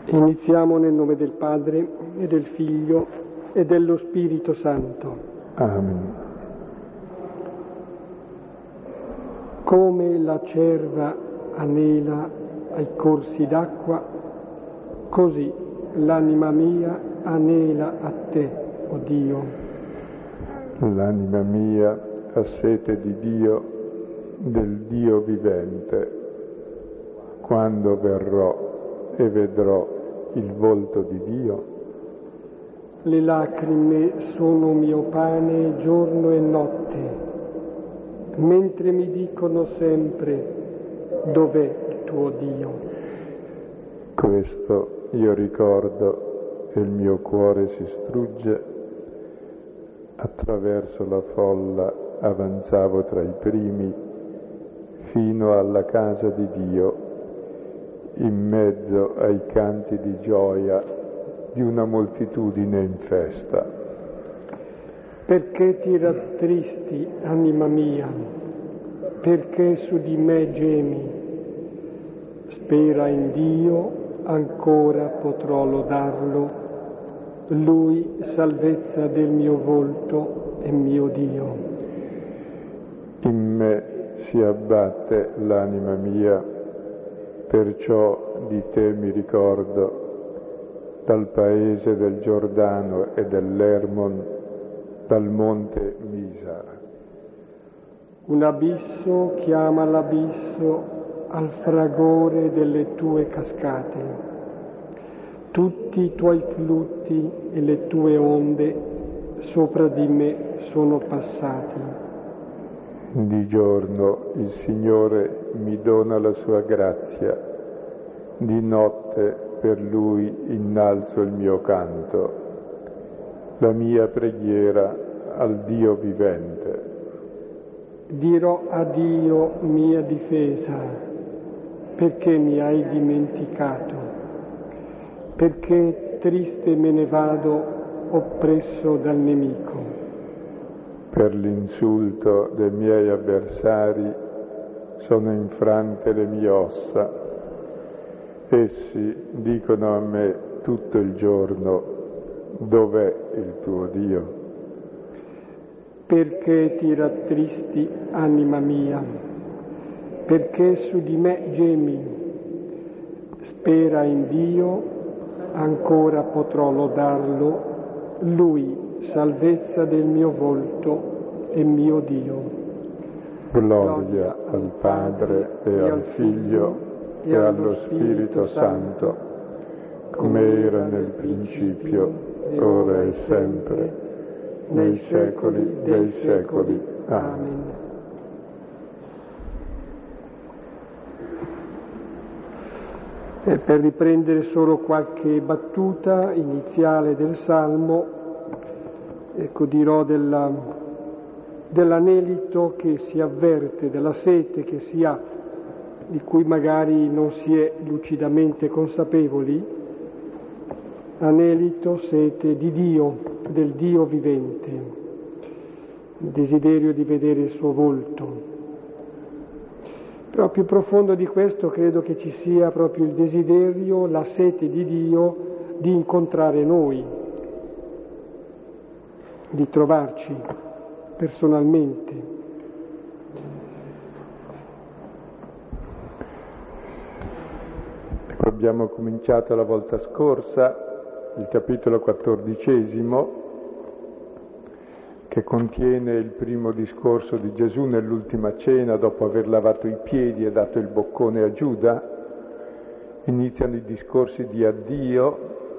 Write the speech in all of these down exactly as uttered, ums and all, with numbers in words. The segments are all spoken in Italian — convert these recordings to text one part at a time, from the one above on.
Iniziamo nel nome del Padre e del Figlio e dello Spirito Santo. Amen. Come la cerva anela ai corsi d'acqua, così l'anima mia anela a te, o Dio. L'anima mia ha sete di Dio, del Dio vivente. Quando verrò e vedrò il volto di Dio. Le lacrime sono mio pane giorno e notte, mentre mi dicono sempre: dov'è il tuo Dio? Questo io ricordo e il mio cuore si strugge. Attraverso la folla avanzavo tra i primi, fino alla casa di Dio, in mezzo ai canti di gioia di una moltitudine in festa. Perché ti rattristi, anima mia? Perché su di me gemi? Spera in Dio, ancora potrò lodarlo, Lui salvezza del mio volto e mio Dio. In me si abbatte l'anima mia, perciò di te mi ricordo, dal paese del Giordano e dell'Ermon, dal monte Misa. Un abisso chiama l'abisso al fragore delle tue cascate. Tutti i tuoi flutti e le tue onde sopra di me sono passati. Di giorno il Signore mi dona la sua grazia, di notte per Lui innalzo il mio canto, la mia preghiera al Dio vivente. Dirò a Dio mia difesa, perché mi hai dimenticato, perché triste me ne vado oppresso dal nemico. Per l'insulto dei miei avversari sono infrante le mie ossa. Essi dicono a me tutto il giorno: dov'è il tuo Dio? Perché ti rattristi, anima mia? Perché su di me gemi? Spera in Dio, ancora potrò lodarlo, Lui salvezza del mio volto e mio Dio. Gloria al Padre e al Figlio e allo Spirito Santo, come era nel principio, ora e sempre, nei secoli dei secoli. Amen. E per riprendere solo qualche battuta iniziale del Salmo, ecco, dirò della, dell'anelito che si avverte, della sete che si ha, di cui magari non si è lucidamente consapevoli. Anelito, sete di Dio, del Dio vivente, il desiderio di vedere il suo volto. Però più profondo di questo credo che ci sia proprio il desiderio, la sete di Dio di incontrare noi, di trovarci personalmente. Abbiamo cominciato la volta scorsa il capitolo quattordicesimo, che contiene il primo discorso di Gesù nell'ultima cena, dopo aver lavato i piedi e dato il boccone a Giuda. Iniziano i discorsi di addio,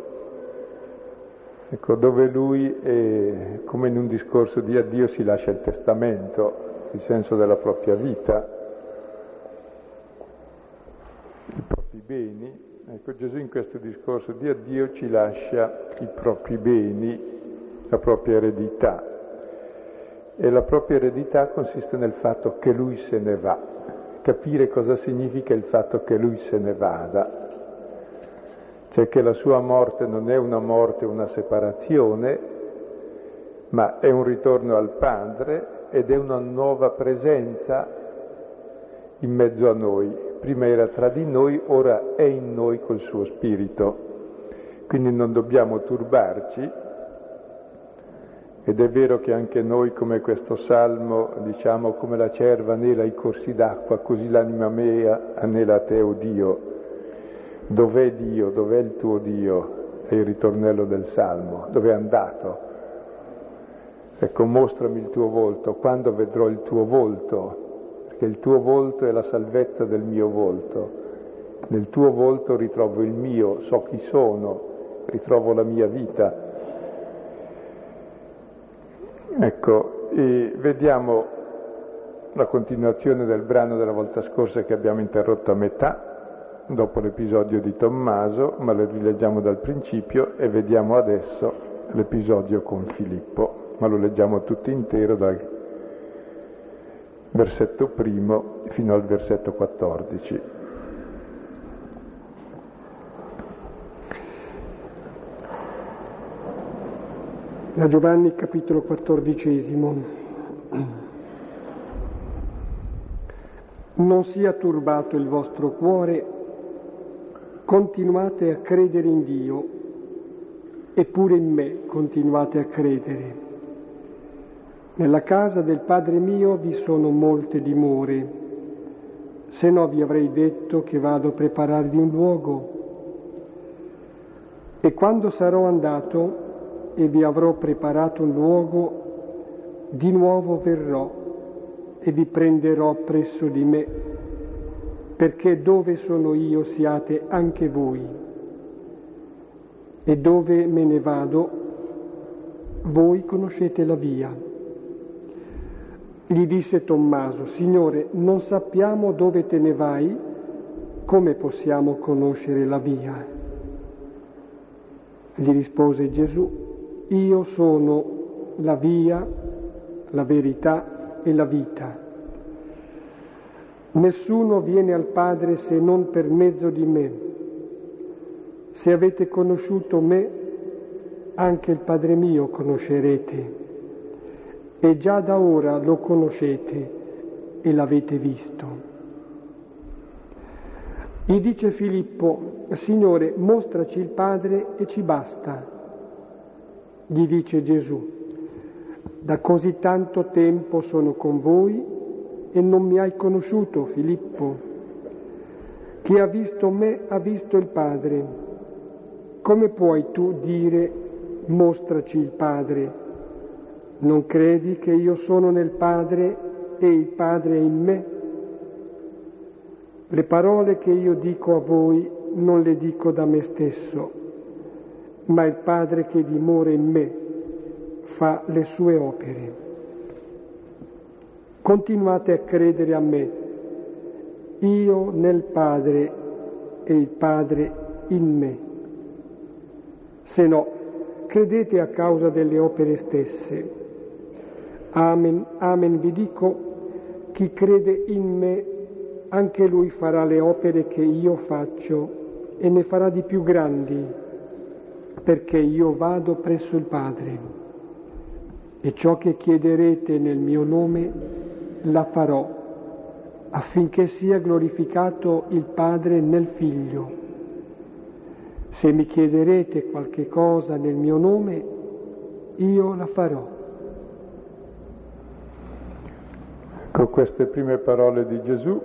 ecco, dove lui, è, come in un discorso di addio, si lascia il testamento, il senso della propria vita, i propri beni. Ecco, Gesù in questo discorso di addio ci lascia i propri beni, la propria eredità. E la propria eredità consiste nel fatto che lui se ne va, capire cosa significa il fatto che lui se ne vada, cioè che la sua morte non è una morte, una separazione, ma è un ritorno al Padre ed è una nuova presenza in mezzo a noi. Prima era tra di noi, ora è in noi col suo Spirito. Quindi non dobbiamo turbarci, ed è vero che anche noi, come questo salmo, diciamo come la cerva anela i corsi d'acqua, così l'anima mea anela a te, o Dio. Dov'è Dio? Dov'è il tuo Dio? È il ritornello del salmo. Dove è andato? Ecco, mostrami il tuo volto, quando vedrò il tuo volto, perché il tuo volto è la salvezza del mio volto. Nel tuo volto ritrovo il mio, so chi sono, ritrovo la mia vita. Ecco, e vediamo la continuazione del brano della volta scorsa che abbiamo interrotto a metà, dopo l'episodio di Tommaso, ma lo rileggiamo dal principio e vediamo adesso l'episodio con Filippo, ma lo leggiamo tutto intero dal versetto primo fino al versetto quattordici. Da Giovanni, capitolo quattordicesimo. Non sia turbato il vostro cuore, continuate a credere in Dio, eppure in me continuate a credere. Nella casa del Padre mio vi sono molte dimore, se no vi avrei detto che vado a prepararvi un luogo. E quando sarò andato e vi avrò preparato un luogo, di nuovo verrò e vi prenderò presso di me, perché dove sono io siate anche voi, e dove me ne vado voi conoscete la via. Gli disse Tommaso: Signore, non sappiamo dove te ne vai, come possiamo conoscere la via? Gli rispose Gesù: Io sono la via, la verità e la vita. Nessuno viene al Padre se non per mezzo di me. Se avete conosciuto me, anche il Padre mio conoscerete. E già da ora lo conoscete e l'avete visto. Gli dice Filippo: Signore, mostraci il Padre e ci basta. Gli dice Gesù: da così tanto tempo sono con voi e non mi hai conosciuto, Filippo? Chi ha visto me ha visto il Padre. Come puoi tu dire: mostraci il Padre? Non credi che io sono nel Padre e il Padre è in me? Le parole che io dico a voi non le dico da me stesso, ma il Padre che dimora in me fa le sue opere. Continuate a credere a me, io nel Padre e il Padre in me. Se no, credete a causa delle opere stesse. Amen, amen vi dico, chi crede in me, anche lui farà le opere che io faccio e ne farà di più grandi, perché io vado presso il Padre. E ciò che chiederete nel mio nome la farò, affinché sia glorificato il Padre nel Figlio. Se mi chiederete qualche cosa nel mio nome, io la farò. Con queste prime parole di Gesù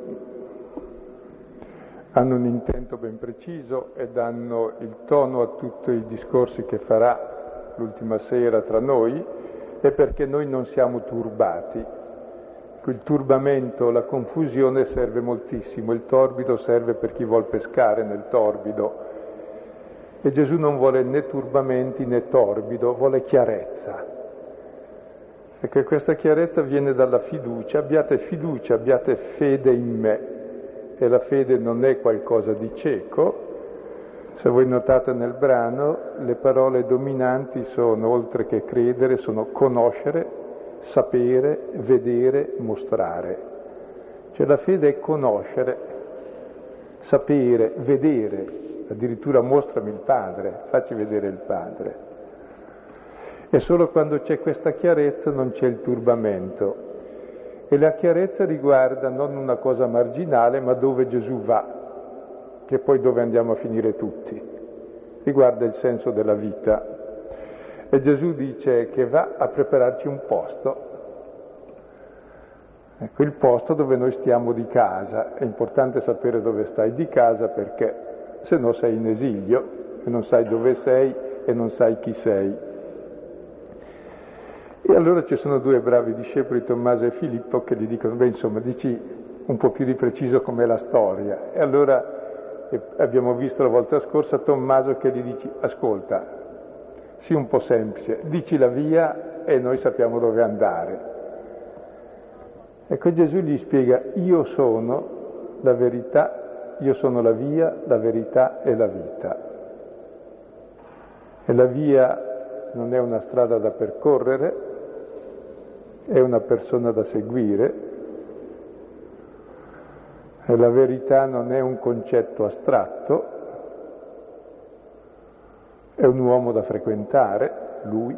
hanno un intento ben preciso e danno il tono a tutti i discorsi che farà l'ultima sera tra noi, e perché noi non siamo turbati. Il turbamento, la confusione serve moltissimo, il torbido serve per chi vuol pescare nel torbido. E Gesù non vuole né turbamenti né torbido, vuole chiarezza. E che questa chiarezza viene dalla fiducia. Abbiate fiducia, abbiate fede in me. E la fede non è qualcosa di cieco. Se voi notate nel brano, le parole dominanti sono, oltre che credere, sono conoscere, sapere, vedere, mostrare. Cioè la fede è conoscere, sapere, vedere. Addirittura mostrami il Padre, facci vedere il Padre. E solo quando c'è questa chiarezza non c'è il turbamento. E la chiarezza riguarda non una cosa marginale, ma dove Gesù va, che è poi dove andiamo a finire tutti. riguarda il senso della vita. E Gesù dice che va a prepararci un posto. Ecco, il posto dove noi stiamo di casa. È importante sapere dove stai di casa, perché se no sei in esilio e non sai dove sei e non sai chi sei. E allora ci sono due bravi discepoli, Tommaso e Filippo, che gli dicono, beh insomma, dici un po' più di preciso com'è la storia. E allora eh, abbiamo visto la volta scorsa Tommaso che gli dice, ascolta, sii un po' semplice, dici la via e noi sappiamo dove andare. Ecco, Gesù gli spiega, io sono la verità, io sono la via, la verità e la vita. E la via non è una strada da percorrere, è una persona da seguire, e la verità non è un concetto astratto, è un uomo da frequentare, lui.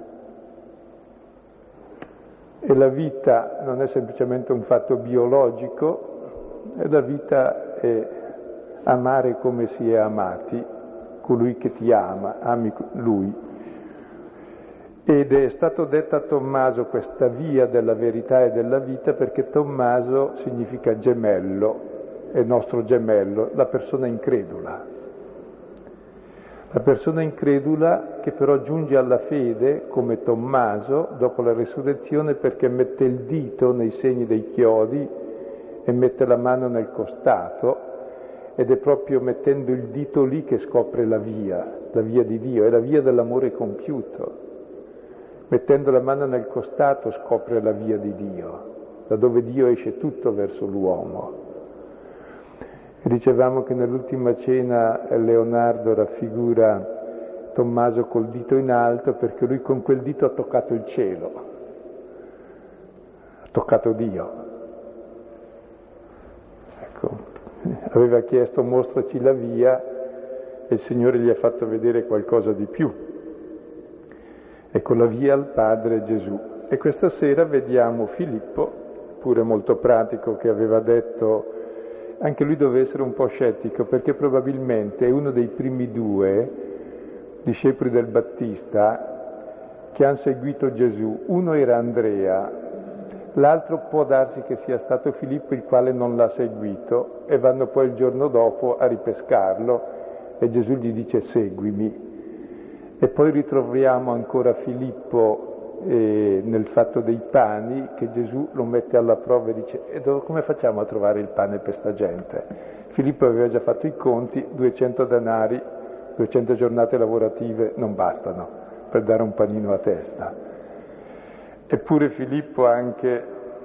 E la vita non è semplicemente un fatto biologico, e la vita è amare come si è amati, colui che ti ama, ami lui. Ed è stato detto a Tommaso questa via della verità e della vita perché Tommaso significa gemello, è nostro gemello, la persona incredula. La persona incredula che però giunge alla fede come Tommaso dopo la resurrezione perché mette il dito nei segni dei chiodi e mette la mano nel costato, ed è proprio mettendo il dito lì che scopre la via, la via di Dio, è la via dell'amore compiuto. Mettendo la mano nel costato scopre la via di Dio, da dove Dio esce tutto verso l'uomo. E dicevamo che nell'ultima cena Leonardo raffigura Tommaso col dito in alto perché lui con quel dito ha toccato il cielo, ha toccato Dio. Ecco, aveva chiesto mostraci la via e il Signore gli ha fatto vedere qualcosa di più. Ecco, la via al Padre Gesù. E questa sera vediamo Filippo, pure molto pratico, che aveva detto, anche lui doveva essere un po' scettico, perché probabilmente è uno dei primi due discepoli del Battista che hanno seguito Gesù. Uno era Andrea, l'altro può darsi che sia stato Filippo, il quale non l'ha seguito, e vanno poi il giorno dopo a ripescarlo e Gesù gli dice seguimi. E poi ritroviamo ancora Filippo eh, nel fatto dei pani, che Gesù lo mette alla prova e dice e dove, come facciamo a trovare il pane per sta gente? Filippo aveva già fatto i conti, duecento denari, duecento giornate lavorative non bastano per dare un panino a testa. Eppure Filippo anche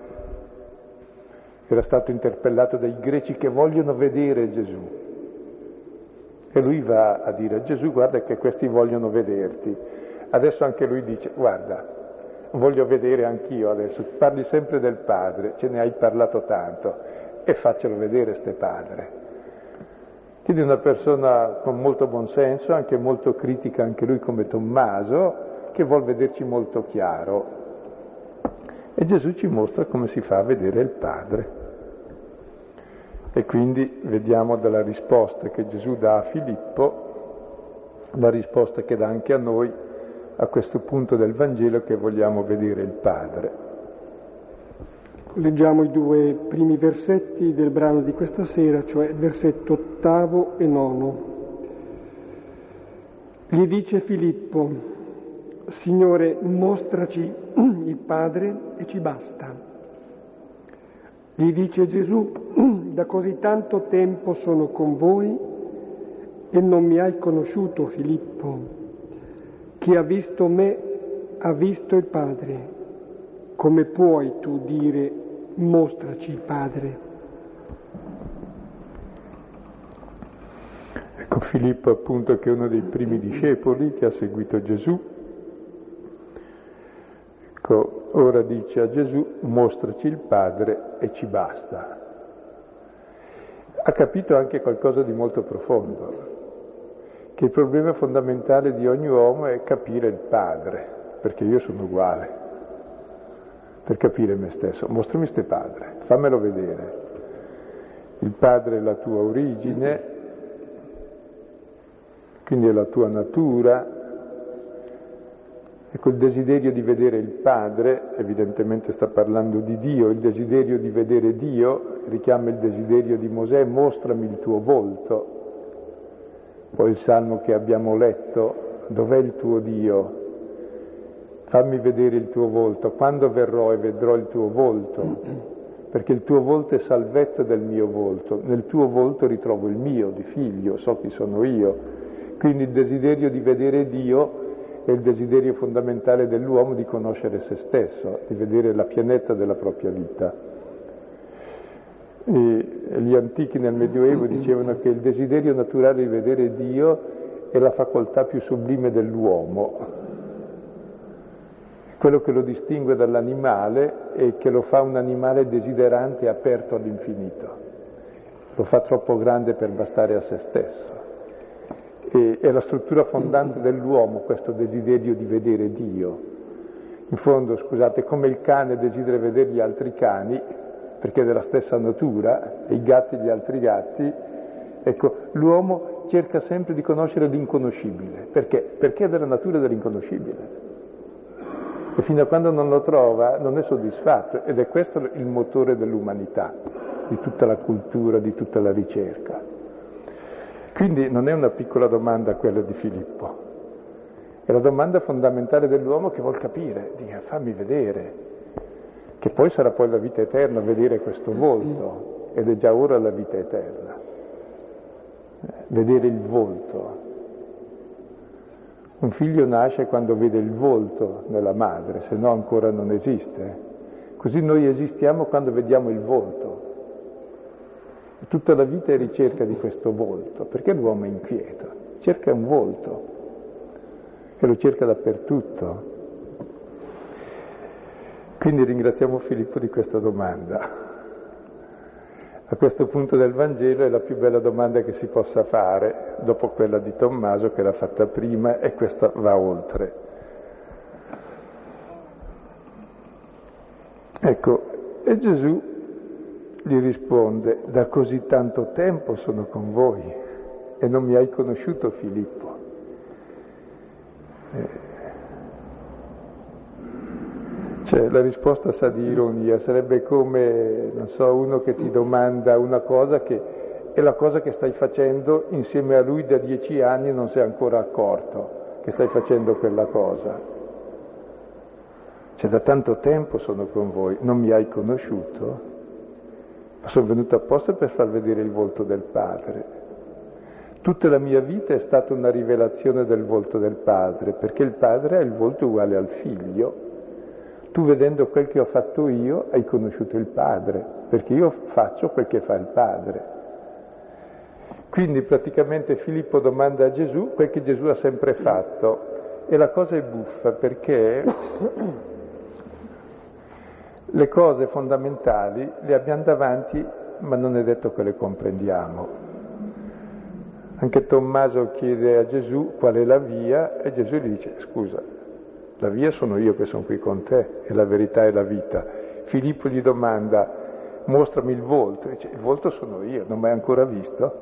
era stato interpellato dai greci che vogliono vedere Gesù. E lui va a dire a Gesù, guarda che questi vogliono vederti. Adesso anche lui dice, guarda, voglio vedere anch'io adesso, parli sempre del Padre, ce ne hai parlato tanto, e faccelo vedere ste Padre. Quindi una persona con molto buonsenso, anche molto critica, anche lui come Tommaso, che vuol vederci molto chiaro. E Gesù ci mostra come si fa a vedere il Padre. E quindi vediamo dalla risposta che Gesù dà a Filippo, la risposta che dà anche a noi a questo punto del Vangelo che vogliamo vedere il Padre. Leggiamo i due primi versetti del brano di questa sera, cioè il versetto ottavo e nono. Gli dice Filippo, Signore, mostraci il Padre e ci basta. Gli dice Gesù, da così tanto tempo sono con voi e non mi hai conosciuto, Filippo. Chi ha visto me ha visto il Padre. Come puoi tu dire, mostraci il Padre? Ecco Filippo appunto che è uno dei primi discepoli che ha seguito Gesù. Ecco, ora dice a Gesù, mostraci il Padre e ci basta. Ha capito anche qualcosa di molto profondo, che il problema fondamentale di ogni uomo è capire il Padre, perché io sono uguale, per capire me stesso. Mostrami ste Padre, fammelo vedere. Il Padre è la tua origine, quindi è la tua natura. Ecco, il desiderio di vedere il Padre, evidentemente sta parlando di Dio, il desiderio di vedere Dio richiama il desiderio di Mosè, mostrami il tuo volto. Poi il salmo che abbiamo letto, dov'è il tuo Dio? Fammi vedere il tuo volto, quando verrò e vedrò il tuo volto, perché il tuo volto è salvezza del mio volto, nel tuo volto ritrovo il mio, di figlio, so chi sono io. Quindi il desiderio di vedere Dio è il desiderio fondamentale dell'uomo di conoscere se stesso, di vedere la pienezza della propria vita. E gli antichi nel Medioevo dicevano che il desiderio naturale di vedere Dio è la facoltà più sublime dell'uomo, quello che lo distingue dall'animale e che lo fa un animale desiderante e aperto all'infinito, lo fa troppo grande per bastare a se stesso. E è la struttura fondante dell'uomo questo desiderio di vedere Dio. In fondo, scusate, come il cane desidera vedere gli altri cani, perché è della stessa natura, e i gatti gli altri gatti, ecco, l'uomo cerca sempre di conoscere l'inconoscibile. Perché? Perché è della natura dell'inconoscibile. E fino a quando non lo trova non è soddisfatto, ed è questo il motore dell'umanità, di tutta la cultura, di tutta la ricerca. Quindi non è una piccola domanda quella di Filippo, è la domanda fondamentale dell'uomo che vuol capire, dice fammi vedere, che poi sarà poi la vita eterna, vedere questo volto, ed è già ora la vita eterna, vedere il volto. Un figlio nasce quando vede il volto nella madre, se no ancora non esiste. Così noi esistiamo quando vediamo il volto. Tutta la vita è ricerca di questo volto, perché l'uomo è inquieto, cerca un volto e lo cerca dappertutto. Quindi ringraziamo Filippo di questa domanda. A questo punto del Vangelo è la più bella domanda che si possa fare, dopo quella di Tommaso che l'ha fatta prima, e questa va oltre. Ecco, e Gesù gli risponde, da così tanto tempo sono con voi e non mi hai conosciuto, Filippo. Eh, cioè, la risposta sa di ironia, sarebbe come, non so, uno che ti domanda una cosa che è la cosa che stai facendo insieme a lui da dieci anni e non sei ancora accorto che stai facendo quella cosa. Cioè, da tanto tempo sono con voi, non mi hai conosciuto? Sono venuto apposta per far vedere il volto del Padre. Tutta la mia vita è stata una rivelazione del volto del Padre, perché il Padre ha il volto uguale al Figlio. Tu, vedendo quel che ho fatto io, hai conosciuto il Padre, perché io faccio quel che fa il Padre. Quindi praticamente Filippo domanda a Gesù quel che Gesù ha sempre fatto. E la cosa è buffa, perché le cose fondamentali le abbiamo davanti, ma non è detto che le comprendiamo. Anche Tommaso chiede a Gesù qual è la via e Gesù gli dice, scusa, la via sono io che sono qui con te, e la verità è la vita. Filippo gli domanda, mostrami il volto, e dice, il volto sono io, non mi hai ancora visto?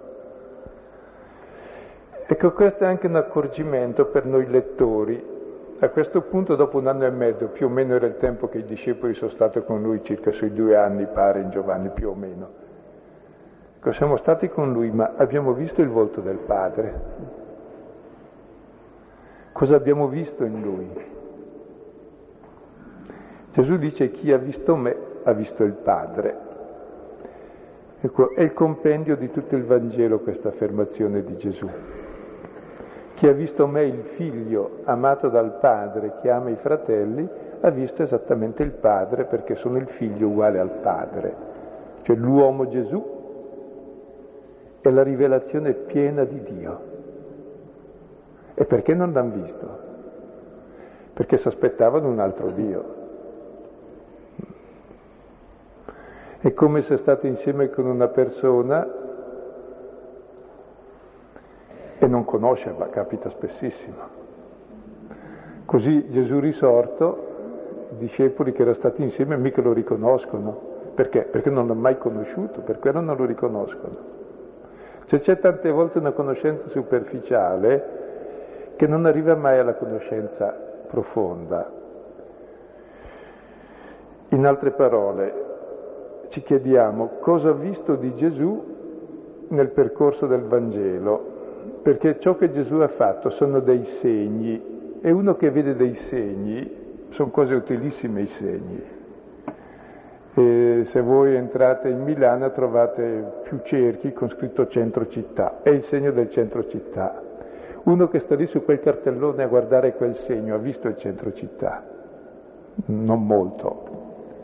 Ecco, questo è anche un accorgimento per noi lettori. A questo punto, dopo un anno e mezzo, più o meno era il tempo che i discepoli sono stati con lui, circa sui due anni, pare, in Giovanni, più o meno. Ecco, siamo stati con lui, ma abbiamo visto il volto del Padre. Cosa abbiamo visto in lui? Gesù dice, chi ha visto me ha visto il Padre. Ecco, è il compendio di tutto il Vangelo questa affermazione di Gesù. Chi ha visto me, il figlio amato dal Padre, che ama i fratelli, ha visto esattamente il Padre, perché sono il figlio uguale al Padre. Cioè l'uomo Gesù è la rivelazione piena di Dio. E perché non l'hanno visto? Perché si aspettavano un altro Dio. È come se state insieme con una persona e non conoscerla, capita spessissimo. Così Gesù risorto, i discepoli che erano stati insieme mica lo riconoscono. Perché? Perché non l'hanno mai conosciuto, per quello non lo riconoscono. Cioè c'è tante volte una conoscenza superficiale che non arriva mai alla conoscenza profonda. In altre parole, ci chiediamo cosa ha visto di Gesù nel percorso del Vangelo, perché ciò che Gesù ha fatto sono dei segni, e uno che vede dei segni, sono cose utilissime i segni. E se voi entrate in Milano trovate più cerchi con scritto centro città, è il segno del centro città. Uno che sta lì su quel cartellone a guardare quel segno ha visto il centro città? Non molto.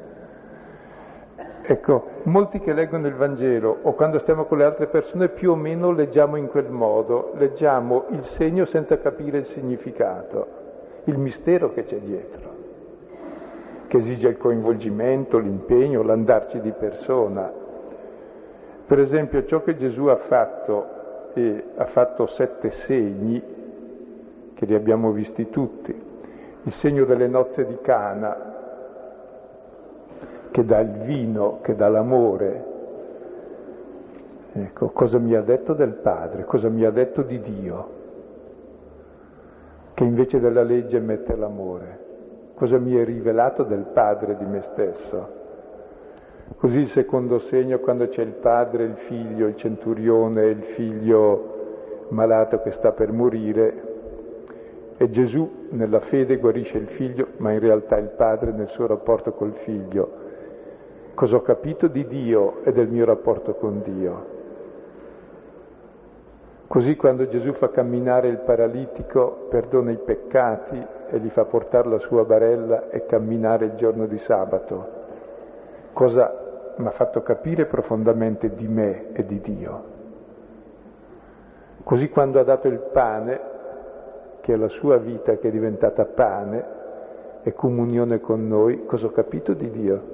Ecco, molti che leggono il Vangelo o quando stiamo con le altre persone più o meno leggiamo in quel modo, leggiamo il segno senza capire il significato, il mistero che c'è dietro, che esige il coinvolgimento, l'impegno, l'andarci di persona. Per esempio ciò che Gesù ha fatto, e ha fatto sette segni, che li abbiamo visti tutti, il segno delle nozze di Cana, che dà il vino, che dà l'amore. Ecco, cosa mi ha detto del Padre, cosa mi ha detto di Dio, che invece della legge mette l'amore, cosa mi è rivelato del Padre di me stesso. Così il secondo segno, quando c'è il padre, il figlio, il centurione, il figlio malato che sta per morire, e Gesù nella fede guarisce il figlio, ma in realtà il padre nel suo rapporto col figlio. Cosa ho capito di Dio e del mio rapporto con Dio? Così quando Gesù fa camminare il paralitico, perdona i peccati e gli fa portare la sua barella e camminare il giorno di sabato. Cosa mi ha fatto capire profondamente di me e di Dio. Così quando ha dato il pane, che è la sua vita che è diventata pane e comunione con noi, cosa ho capito di Dio?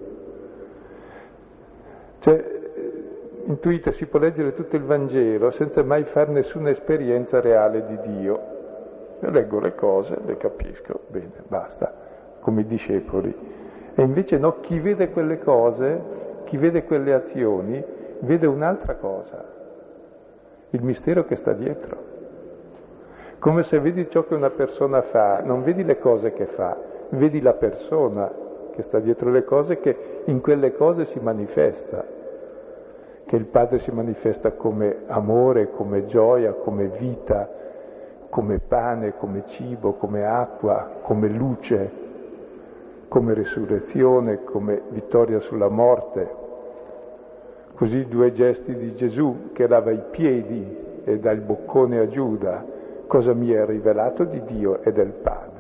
Cioè, intuite, si può leggere tutto il Vangelo senza mai fare nessuna esperienza reale di Dio. Io leggo le cose, le capisco, bene, basta, come i discepoli. E invece no, chi vede quelle cose, chi vede quelle azioni, vede un'altra cosa, il mistero che sta dietro. Come se vedi ciò che una persona fa, non vedi le cose che fa, vedi la persona che sta dietro le cose, che in quelle cose si manifesta, che il Padre si manifesta come amore, come gioia, come vita, come pane, come cibo, come acqua, come luce, come risurrezione, come vittoria sulla morte. Così due gesti di Gesù che lava i piedi e dà il boccone a Giuda, cosa mi è rivelato di Dio e del Padre.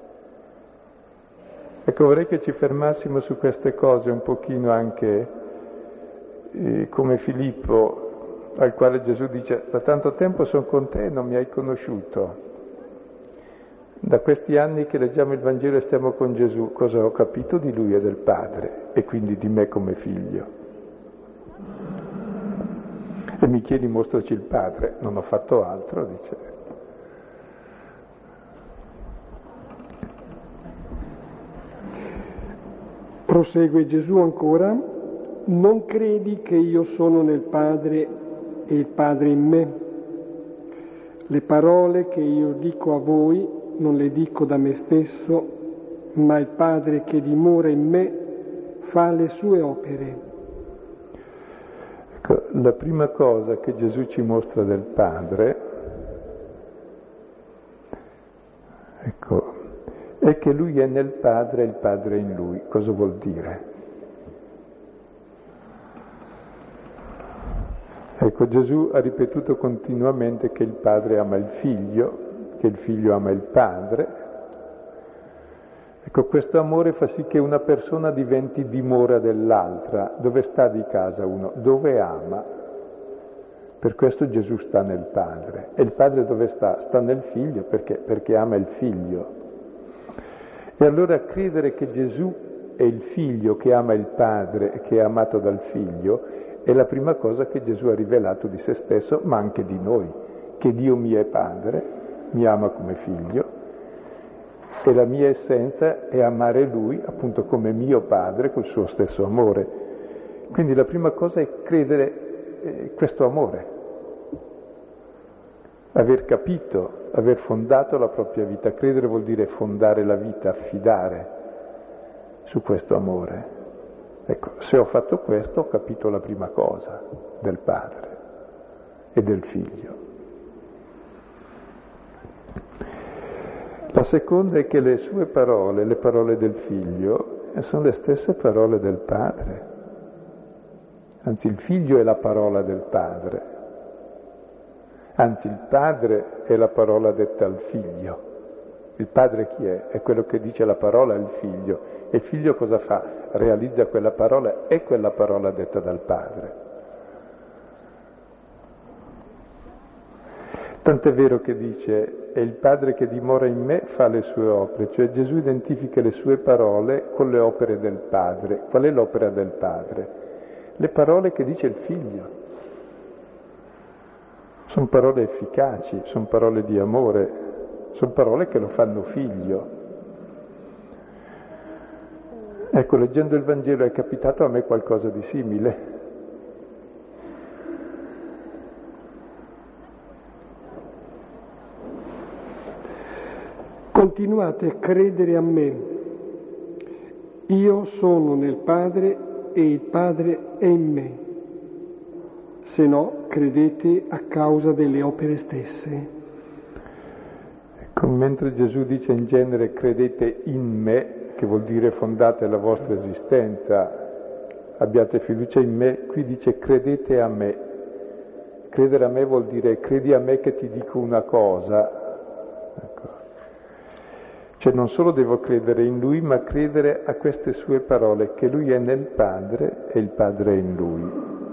Ecco, vorrei che ci fermassimo su queste cose un pochino anche eh, come Filippo, al quale Gesù dice: da tanto tempo sono con te e non mi hai conosciuto. Da questi anni che leggiamo il Vangelo e stiamo con Gesù, cosa ho capito di Lui e del Padre, e quindi di me come figlio? E mi chiedi, mostraci il Padre, non ho fatto altro, dice. Prosegue Gesù ancora: non credi che io sono nel Padre e il Padre in me? Le parole che io dico a voi non le dico da me stesso, ma il Padre che dimora in me fa le sue opere. Ecco, la prima cosa che Gesù ci mostra del Padre, ecco, è che Lui è nel Padre e il Padre è in Lui. Cosa vuol dire? Ecco, Gesù ha ripetuto continuamente che il Padre ama il Figlio, che il Figlio ama il Padre. Ecco, questo amore fa sì che una persona diventi dimora dell'altra. Dove sta di casa uno? Dove ama. Per questo Gesù sta nel Padre. E il Padre dove sta? Sta nel Figlio, perché? Perché ama il Figlio. E allora credere che Gesù è il Figlio che ama il Padre e che è amato dal Figlio è la prima cosa che Gesù ha rivelato di se stesso, ma anche di noi, che Dio mi è Padre, mi ama come Figlio, e la mia essenza è amare Lui appunto come mio Padre col suo stesso amore. Quindi la prima cosa è credere eh, questo amore. aver capito, aver fondato la propria vita. Credere vuol dire fondare la vita, affidare su questo amore. Ecco, se ho fatto questo ho capito la prima cosa del Padre e del Figlio. La seconda è che le sue parole, le parole del Figlio, sono le stesse parole del Padre. Anzi, il Figlio è la parola del Padre. Anzi, il Padre è la parola detta al Figlio. Il Padre chi è? È quello che dice la parola al Figlio. E il Figlio cosa fa? Realizza quella parola e quella parola detta dal Padre. Tant'è vero che dice, è il Padre che dimora in me fa le sue opere, cioè Gesù identifica le sue parole con le opere del Padre. Qual è l'opera del Padre? Le parole che dice il Figlio. Sono parole efficaci, sono parole di amore, sono parole che lo fanno figlio. Ecco, leggendo il Vangelo è capitato a me qualcosa di simile. Continuate a credere a me. Io sono nel Padre e il Padre è in me. Se no, credete a causa delle opere stesse. Ecco, mentre Gesù dice in genere credete in me, che vuol dire fondate la vostra esistenza, abbiate fiducia in me, qui dice credete a me. Credere a me vuol dire credi a me che ti dico una cosa. Ecco. Cioè non solo devo credere in Lui, ma credere a queste sue parole, che Lui è nel Padre e il Padre è in Lui.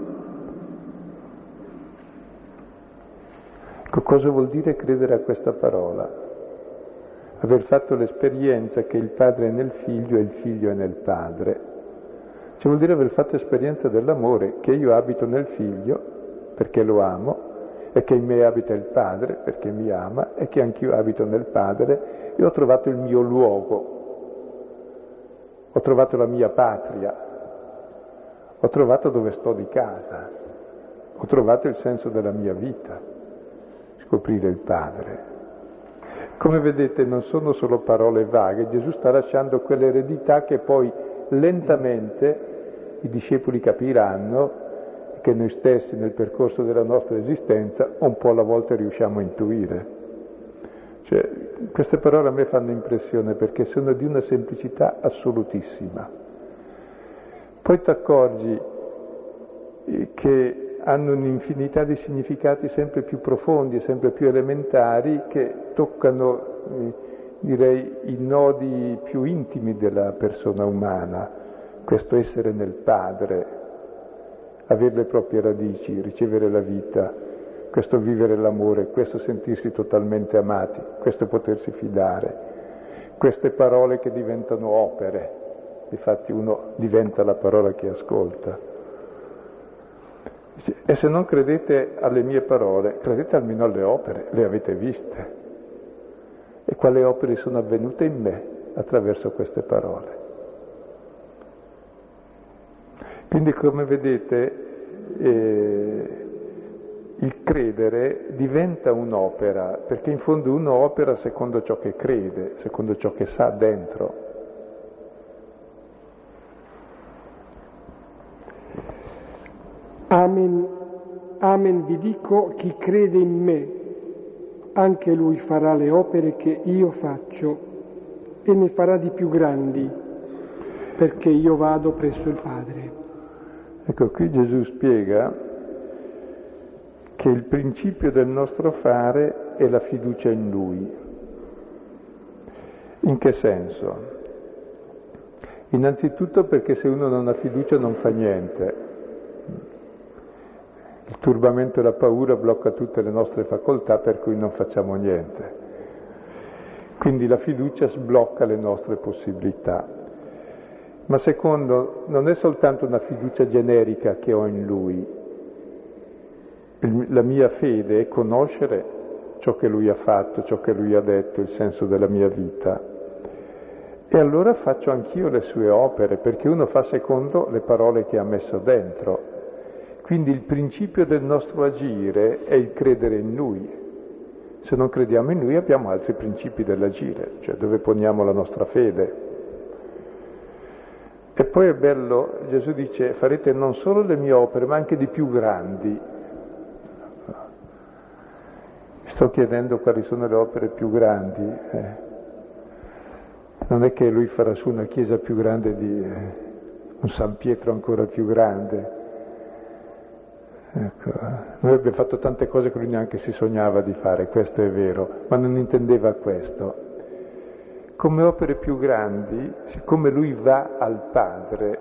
Ecco, cosa vuol dire credere a questa parola? Aver fatto l'esperienza che il Padre è nel Figlio e il Figlio è nel Padre. Cioè vuol dire aver fatto esperienza dell'amore, che io abito nel Figlio perché lo amo, e che in me abita il Padre perché mi ama, e che anch'io abito nel Padre. E ho trovato il mio luogo, ho trovato la mia patria, ho trovato dove sto di casa, ho trovato il senso della mia vita, scoprire il Padre. Come vedete non sono solo parole vaghe, Gesù sta lasciando quell'eredità che poi lentamente i discepoli capiranno, che noi stessi nel percorso della nostra esistenza un po' alla volta riusciamo a intuire. Cioè, queste parole a me fanno impressione perché sono di una semplicità assolutissima. Poi ti accorgi che hanno un'infinità di significati sempre più profondi e sempre più elementari che toccano, eh, direi, i nodi più intimi della persona umana. Questo essere nel Padre, avere le proprie radici, ricevere la vita, questo vivere l'amore, questo sentirsi totalmente amati, questo potersi fidare, queste parole che diventano opere, infatti uno diventa la parola che ascolta. E se non credete alle mie parole, credete almeno alle opere, le avete viste. E quali opere sono avvenute in me attraverso queste parole. Quindi come vedete, eh, il credere diventa un'opera, perché in fondo uno opera secondo ciò che crede, secondo ciò che sa dentro. Amen, amen vi dico, chi crede in me, anche lui farà le opere che io faccio e ne farà di più grandi, perché io vado presso il Padre. Ecco, qui Gesù spiega che il principio del nostro fare è la fiducia in Lui. In che senso? Innanzitutto perché se uno non ha fiducia non fa niente. Il turbamento e la paura blocca tutte le nostre facoltà per cui non facciamo niente. Quindi la fiducia sblocca le nostre possibilità. Ma secondo, non è soltanto una fiducia generica che ho in Lui. La mia fede è conoscere ciò che Lui ha fatto, ciò che Lui ha detto, il senso della mia vita. E allora faccio anch'io le sue opere, perché uno fa secondo le parole che ha messo dentro. Quindi il principio del nostro agire è il credere in Lui. Se non crediamo in Lui abbiamo altri principi dell'agire, cioè dove poniamo la nostra fede. E poi è bello, Gesù dice, farete non solo le mie opere, ma anche di più grandi. Sto chiedendo quali sono le opere più grandi. Eh. Non è che Lui farà su una chiesa più grande di eh, un San Pietro ancora più grande. Ecco, noi abbiamo fatto tante cose che Lui neanche si sognava di fare, questo è vero, ma non intendeva questo. Come opere più grandi, siccome Lui va al Padre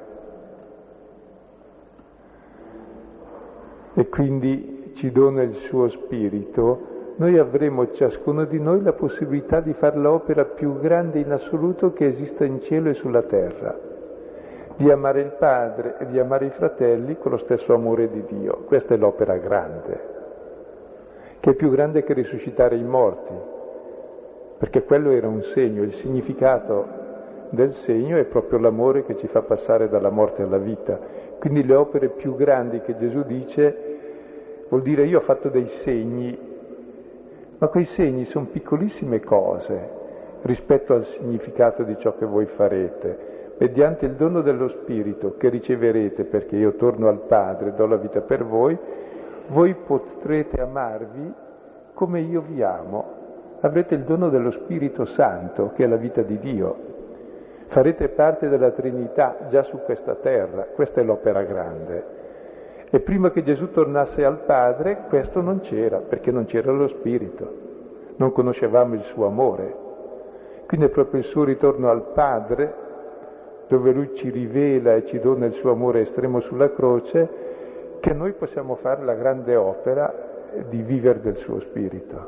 e quindi ci dona il suo Spirito, noi avremo ciascuno di noi la possibilità di fare l'opera più grande in assoluto che esista in cielo e sulla terra, di amare il Padre e di amare i fratelli con lo stesso amore di Dio. Questa è l'opera grande, che è più grande che risuscitare i morti, perché quello era un segno, il significato del segno è proprio l'amore che ci fa passare dalla morte alla vita. Quindi le opere più grandi che Gesù dice vuol dire io ho fatto dei segni, ma quei segni sono piccolissime cose rispetto al significato di ciò che voi farete. Mediante il dono dello Spirito che riceverete, perché io torno al Padre, do la vita per voi, voi potrete amarvi come io vi amo. Avrete il dono dello Spirito Santo, che è la vita di Dio. Farete parte della Trinità già su questa terra, questa è l'opera grande. E prima che Gesù tornasse al Padre, questo non c'era, perché non c'era lo Spirito, non conoscevamo il suo amore. Quindi è proprio il suo ritorno al Padre, dove Lui ci rivela e ci dona il suo amore estremo sulla croce, che noi possiamo fare la grande opera di vivere del suo Spirito.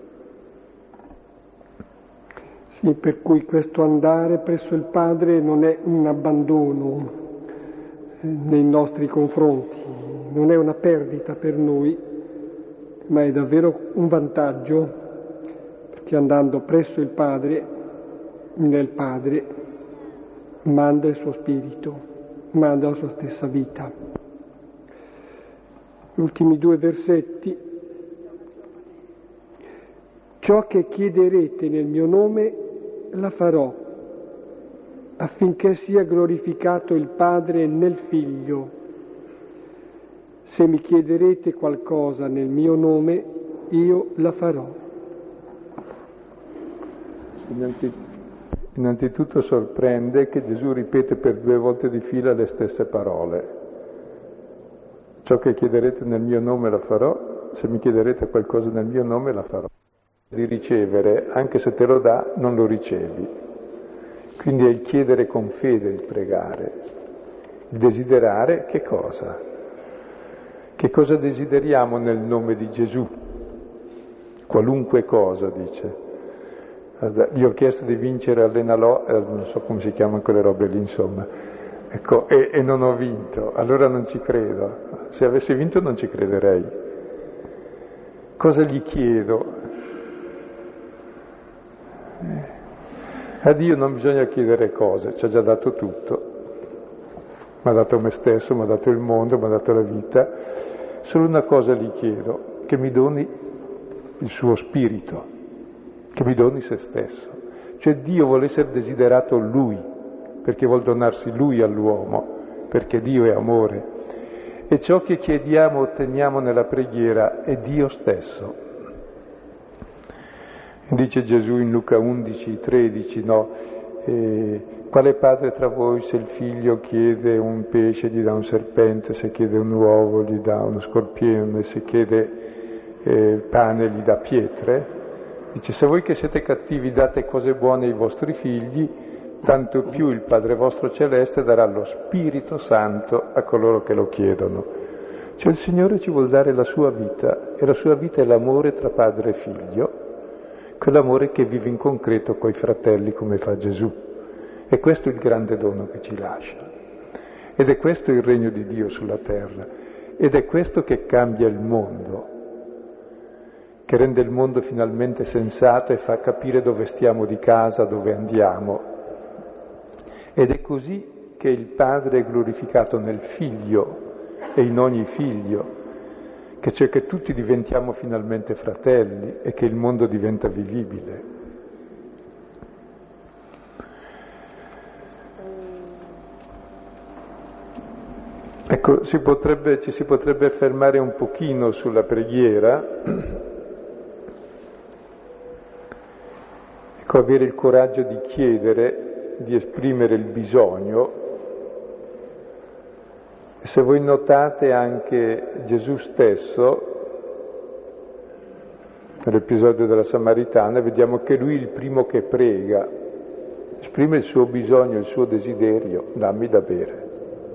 Sì, per cui questo andare presso il Padre non è un abbandono eh, nei nostri confronti, non è una perdita per noi, ma è davvero un vantaggio, perché andando presso il Padre, nel Padre, manda il suo Spirito, manda la sua stessa vita. Gli ultimi due versetti. Ciò che chiederete nel mio nome la farò, affinché sia glorificato il Padre nel Figlio. Se mi chiederete qualcosa nel mio nome, io la farò. Innanzitutto sorprende che Gesù ripete per due volte di fila le stesse parole. Ciò che chiederete nel mio nome la farò, se mi chiederete qualcosa nel mio nome la farò. Di ricevere, anche se te lo dà, non lo ricevi. Quindi è il chiedere con fede, il pregare. Il desiderare che cosa? Che cosa desideriamo nel nome di Gesù? Qualunque cosa, dice. Gli ho chiesto di vincere all'Enalò, eh, non so come si chiamano quelle robe lì, insomma, ecco, e, e non ho vinto, allora non ci credo. Se avessi vinto non ci crederei. Cosa gli chiedo? Eh, a Dio non bisogna chiedere cose, ci ha già dato tutto. Mi ha dato me stesso, mi ha dato il mondo, mi ha dato la vita. Solo una cosa gli chiedo, che mi doni il suo spirito, che mi doni se stesso. Cioè Dio vuole essere desiderato Lui, perché vuol donarsi Lui all'uomo, perché Dio è amore. E ciò che chiediamo, otteniamo nella preghiera, è Dio stesso. Dice Gesù in Luca undici, tredici, no? Eh, quale padre tra voi se il figlio chiede un pesce gli dà un serpente, se chiede un uovo gli dà uno scorpione, se chiede eh, pane gli dà pietre? Dice, se voi che siete cattivi date cose buone ai vostri figli, tanto più il Padre vostro celeste darà lo Spirito Santo a coloro che lo chiedono. Cioè il Signore ci vuol dare la sua vita, e la sua vita è l'amore tra padre e figlio, quell'amore che vive in concreto coi fratelli come fa Gesù. E questo è il grande dono che ci lascia. Ed è questo il regno di Dio sulla terra. Ed è questo che cambia il mondo, che rende il mondo finalmente sensato e fa capire dove stiamo di casa, dove andiamo. Ed è così che il Padre è glorificato nel Figlio e in ogni figlio, che c'è che tutti diventiamo finalmente fratelli e che il mondo diventa vivibile. Ecco, si potrebbe, ci si potrebbe fermare un pochino sulla preghiera, ecco, avere il coraggio di chiedere, di esprimere il bisogno. E se voi notate anche Gesù stesso, nell'episodio della Samaritana, vediamo che lui è il primo che prega, esprime il suo bisogno, il suo desiderio, dammi da bere.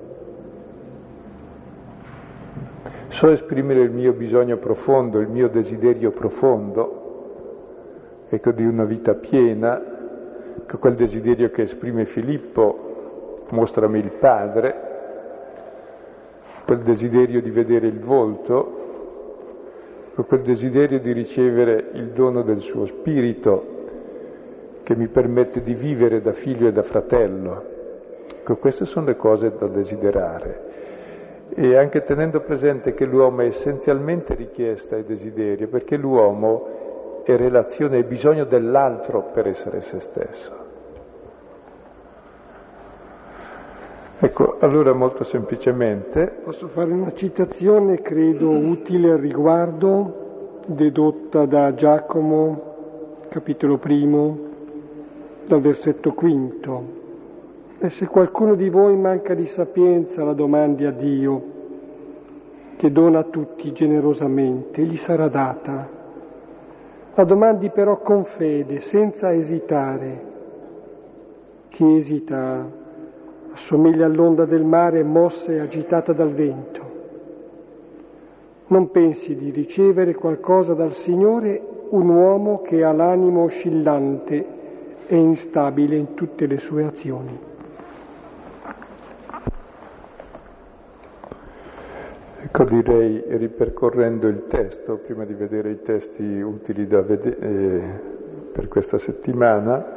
So esprimere il mio bisogno profondo, il mio desiderio profondo, ecco, di una vita piena, ecco, quel desiderio che esprime Filippo, mostrami il Padre, quel desiderio di vedere il volto, quel desiderio di ricevere il dono del suo spirito che mi permette di vivere da figlio e da fratello. Ecco, queste sono le cose da desiderare. E anche tenendo presente che l'uomo è essenzialmente richiesta e desiderio, perché l'uomo è relazione e bisogno dell'altro per essere se stesso. Ecco, allora molto semplicemente... Posso fare una citazione, credo utile al riguardo, dedotta da Giacomo, capitolo primo, dal versetto quinto. E se qualcuno di voi manca di sapienza, la domandi a Dio, che dona a tutti generosamente, gli sarà data. La domandi però con fede, senza esitare. Chi esita assomiglia all'onda del mare mossa e agitata dal vento. Non pensi di ricevere qualcosa dal Signore un uomo che ha l'animo oscillante e instabile in tutte le sue azioni. Ecco, direi, ripercorrendo il testo, prima di vedere i testi utili da vedere, eh, per questa settimana,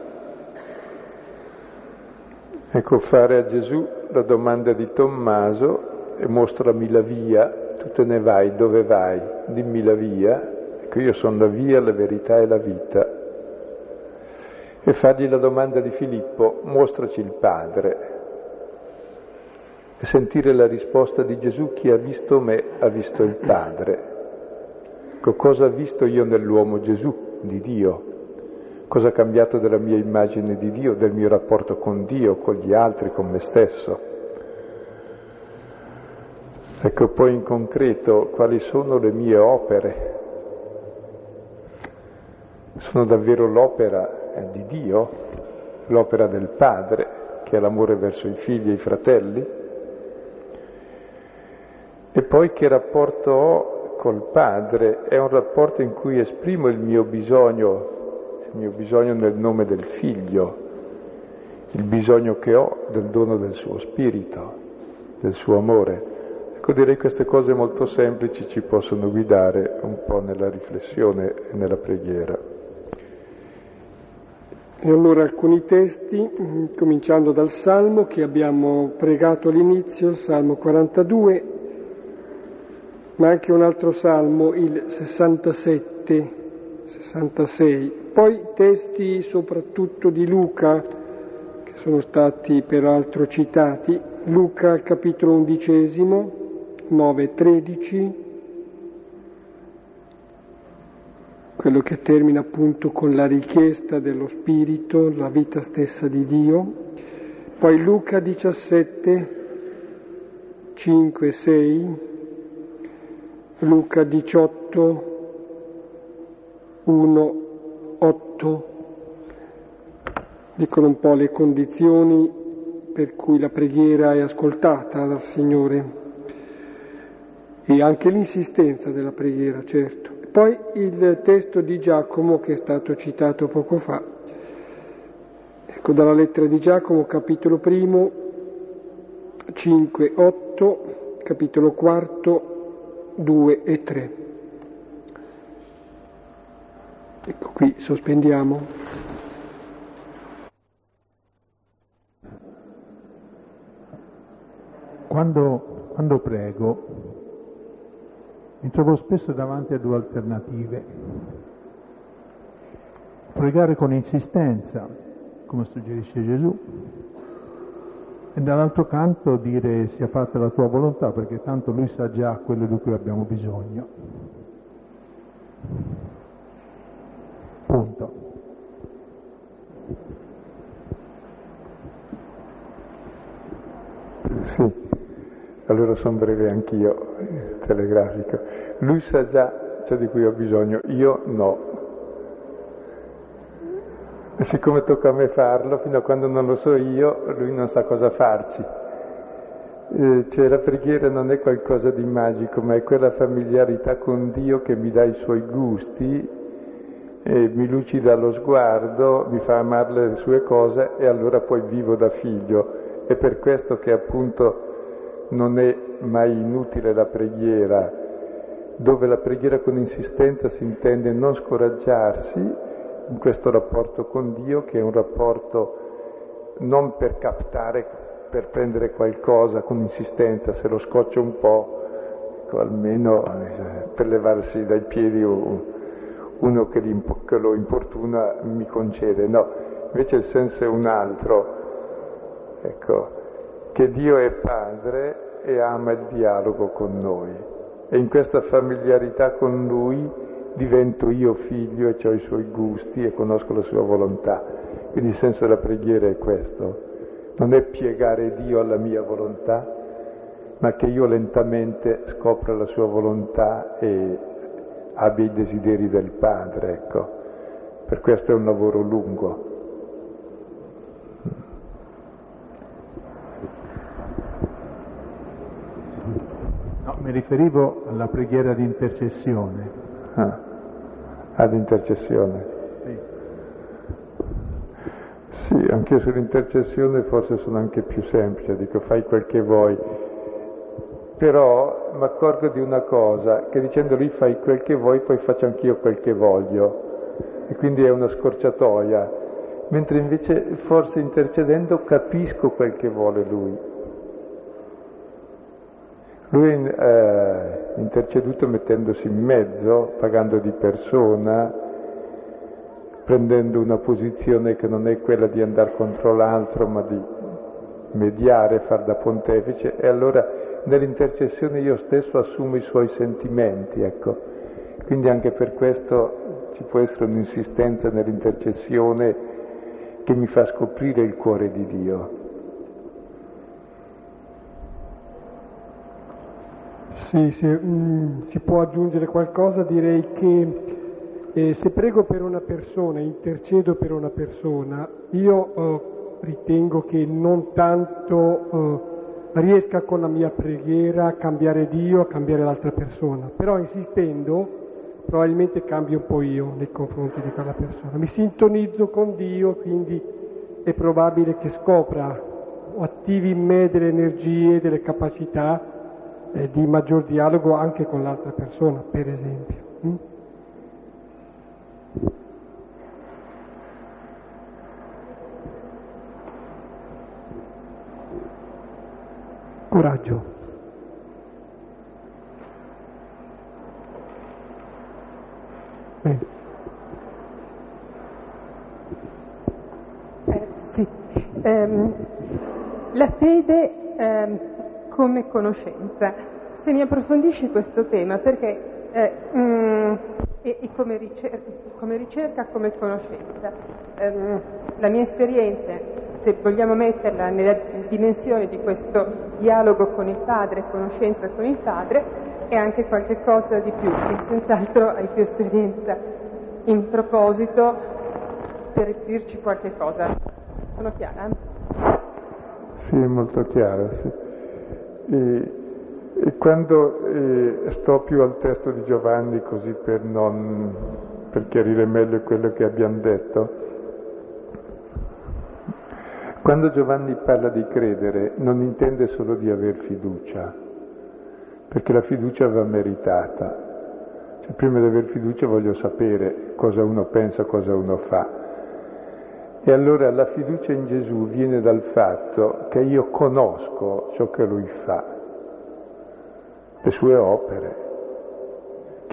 ecco, fare a Gesù la domanda di Tommaso e mostrami la via, tu te ne vai, dove vai? Dimmi la via, ecco, io sono la via, la verità e la vita. E fargli la domanda di Filippo, mostraci il Padre. E sentire la risposta di Gesù, chi ha visto me ha visto il Padre. Ecco, cosa ho visto io nell'uomo Gesù, di Dio? Cosa ha cambiato della mia immagine di Dio, del mio rapporto con Dio, con gli altri, con me stesso? Ecco, poi in concreto, quali sono le mie opere? Sono davvero l'opera eh, di Dio, l'opera del Padre, che è l'amore verso i figli e i fratelli? E poi che rapporto ho col Padre? È un rapporto in cui esprimo il mio bisogno, il mio bisogno nel nome del Figlio, il bisogno che ho del dono del suo spirito, del suo amore. Ecco, direi queste cose molto semplici ci possono guidare un po' nella riflessione e nella preghiera. E allora alcuni testi, cominciando dal Salmo che abbiamo pregato all'inizio, il Salmo quarantadue, ma anche un altro Salmo, il sessantasette, sessantasei. Poi testi soprattutto di Luca, che sono stati peraltro citati, Luca al capitolo undicesimo, nove tredici, quello che termina appunto con la richiesta dello Spirito, la vita stessa di Dio. Poi Luca diciassette, cinque sei, Luca diciotto, uno otto, dicono un po' le condizioni per cui la preghiera è ascoltata dal Signore e anche l'insistenza della preghiera, certo. Poi il testo di Giacomo che è stato citato poco fa, ecco, dalla lettera di Giacomo, capitolo primo, cinque otto, capitolo quarto, due e tre. Ecco, qui sospendiamo. Quando, quando prego mi trovo spesso davanti a due alternative. Pregare con insistenza, come suggerisce Gesù, e dall'altro canto dire sia fatta la tua volontà, perché tanto lui sa già quello di cui abbiamo bisogno. Punto. Sì, allora sono breve anch'io, telegrafico. Lui sa già ciò di cui ho bisogno, io no. E siccome tocca a me farlo, fino a quando non lo so io, lui non sa cosa farci. Eh, cioè la preghiera non è qualcosa di magico, ma è quella familiarità con Dio che mi dà i suoi gusti, e mi lucida lo sguardo, mi fa amare le sue cose e allora poi vivo da figlio. È per questo che appunto non è mai inutile la preghiera, dove la preghiera con insistenza si intende non scoraggiarsi in questo rapporto con Dio, che è un rapporto non per captare, per prendere qualcosa con insistenza, se lo scoccio un po', ecco, almeno eh, per levarsi dai piedi uno che, li, che lo importuna mi concede. No, invece il senso è un altro, ecco, che Dio è Padre e ama il dialogo con noi, e in questa familiarità con Lui divento io figlio e ho i suoi gusti e conosco la sua volontà. Quindi il senso della preghiera è questo, non è piegare Dio alla mia volontà, ma che io lentamente scopra la sua volontà e abbia i desideri del Padre, ecco. Per questo è un lavoro lungo. No, mi riferivo alla preghiera di intercessione. Ah, all'intercessione. Sì. Sì, anche sull'intercessione forse sono anche più semplice, dico fai quel che vuoi, però mi accorgo di una cosa, che dicendo lì fai quel che vuoi, poi faccio anch'io quel che voglio, e quindi è una scorciatoia, mentre invece forse intercedendo capisco quel che vuole Lui. Lui ha eh, interceduto mettendosi in mezzo, pagando di persona, prendendo una posizione che non è quella di andare contro l'altro, ma di mediare, far da pontefice, e allora nell'intercessione io stesso assumo i suoi sentimenti, ecco. Quindi anche per questo ci può essere un'insistenza nell'intercessione che mi fa scoprire il cuore di Dio. Sì, se mm, si può aggiungere qualcosa, direi che eh, se prego per una persona, intercedo per una persona, io eh, ritengo che non tanto eh, riesca con la mia preghiera a cambiare Dio, a cambiare l'altra persona, però insistendo probabilmente cambio un po' io nei confronti di quella persona. Mi sintonizzo con Dio, quindi è probabile che scopra o attivi in me delle energie, delle capacità eh, di maggior dialogo anche con l'altra persona, per esempio. Mm? Coraggio. Bene. Eh, sì, ehm, la fede ehm, come conoscenza. Se mi approfondisci questo tema, perché eh, mm, e, e come, ricerca, come ricerca, come conoscenza, ehm, la mia esperienza, se vogliamo metterla nella dimensione di questo dialogo con il Padre, conoscenza con il Padre, è anche qualche cosa di più, e senz'altro hai più esperienza in proposito per dirci qualche cosa. Sono chiara? Sì, è molto chiaro, sì. E, e quando eh, sto più al testo di Giovanni, così per, non, per chiarire meglio quello che abbiamo detto, quando Giovanni parla di credere non intende solo di aver fiducia, perché la fiducia va meritata. Cioè, prima di aver fiducia voglio sapere cosa uno pensa, cosa uno fa. E allora la fiducia in Gesù viene dal fatto che io conosco ciò che Lui fa, le sue opere.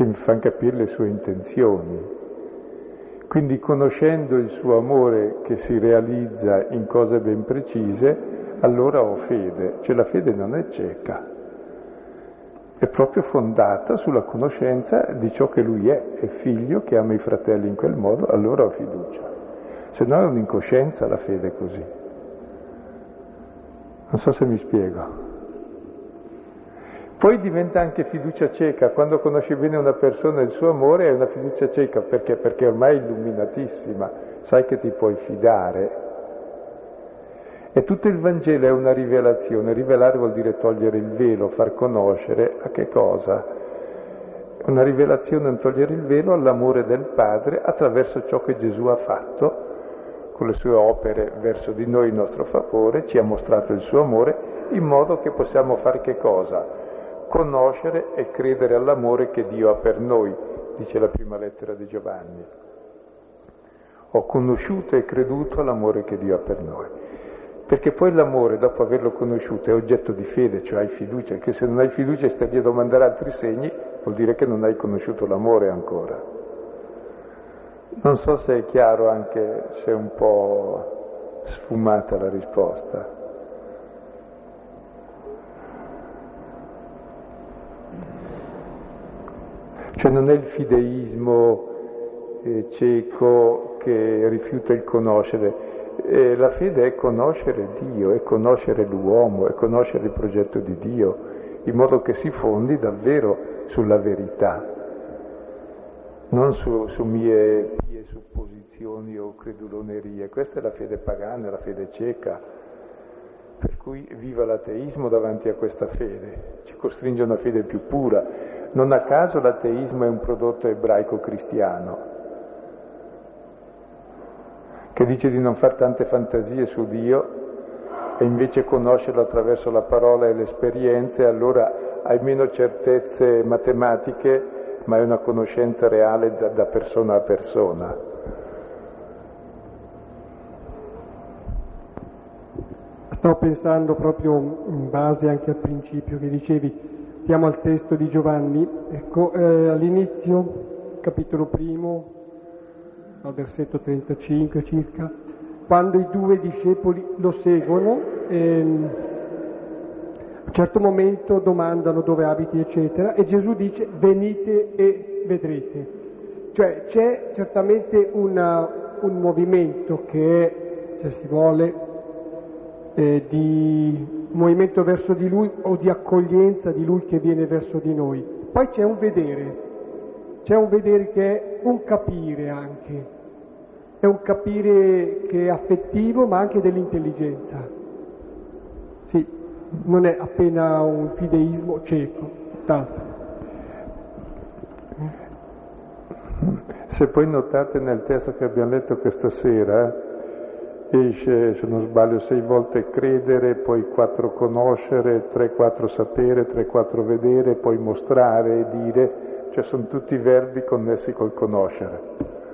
che mi fanno capire le sue intenzioni. Quindi conoscendo il suo amore che si realizza in cose ben precise, allora ho fede. Cioè la fede non è cieca, è proprio fondata sulla conoscenza di ciò che lui è, è figlio che ama i fratelli in quel modo, allora ho fiducia. Se no è un'incoscienza la fede così. Non so se mi spiego. Poi diventa anche fiducia cieca, quando conosci bene una persona e il suo amore è una fiducia cieca, perché? Perché ormai è illuminatissima, sai che ti puoi fidare. E tutto il Vangelo è una rivelazione, rivelare vuol dire togliere il velo, far conoscere a che cosa? Una rivelazione, un togliere il velo all'amore del Padre attraverso ciò che Gesù ha fatto con le sue opere verso di noi in nostro favore, ci ha mostrato il suo amore in modo che possiamo fare che cosa? Conoscere e credere all'amore che Dio ha per noi, dice la prima lettera di Giovanni. Ho conosciuto e creduto all'amore che Dio ha per noi. Perché poi l'amore, dopo averlo conosciuto, è oggetto di fede, cioè hai fiducia, che se non hai fiducia e stai lì a domandare altri segni, vuol dire che non hai conosciuto l'amore ancora. Non so se è chiaro, anche se è un po' sfumata la risposta. Cioè non è il fideismo eh, cieco che rifiuta il conoscere, eh, la fede è conoscere Dio, è conoscere l'uomo, è conoscere il progetto di Dio, in modo che si fondi davvero sulla verità, non su, su mie pie supposizioni o credulonerie. Questa è la fede pagana, la fede cieca, per cui viva l'ateismo davanti a questa fede, ci costringe a una fede più pura. Non a caso l'ateismo è un prodotto ebraico-cristiano, che dice di non fare tante fantasie su Dio e invece conoscerlo attraverso la parola e le esperienze, allora hai meno certezze matematiche, ma è una conoscenza reale da, da persona a persona. Sto pensando proprio in base anche al principio che dicevi. Siamo al testo di Giovanni, ecco, eh, all'inizio, capitolo primo, al versetto trentacinque circa, quando i due discepoli lo seguono, ehm, a un certo momento domandano dove abiti, eccetera, e Gesù dice venite e vedrete. Cioè c'è certamente una, un movimento che è, se si vuole, eh, di movimento verso di Lui o di accoglienza di Lui che viene verso di noi. Poi c'è un vedere, c'è un vedere che è un capire anche, è un capire che è affettivo ma anche dell'intelligenza. Sì, non è appena un fideismo cieco, tutt'altro. Se poi notate nel testo che abbiamo letto questa sera, esce, se non sbaglio, sei volte credere, poi quattro conoscere, tre, quattro sapere, tre, quattro vedere, poi mostrare e dire, cioè sono tutti verbi connessi col conoscere.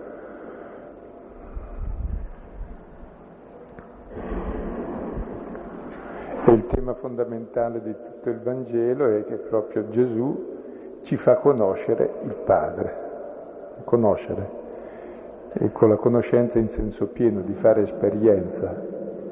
E il tema fondamentale di tutto il Vangelo è che proprio Gesù ci fa conoscere il Padre, conoscere. E con la conoscenza in senso pieno, di fare esperienza.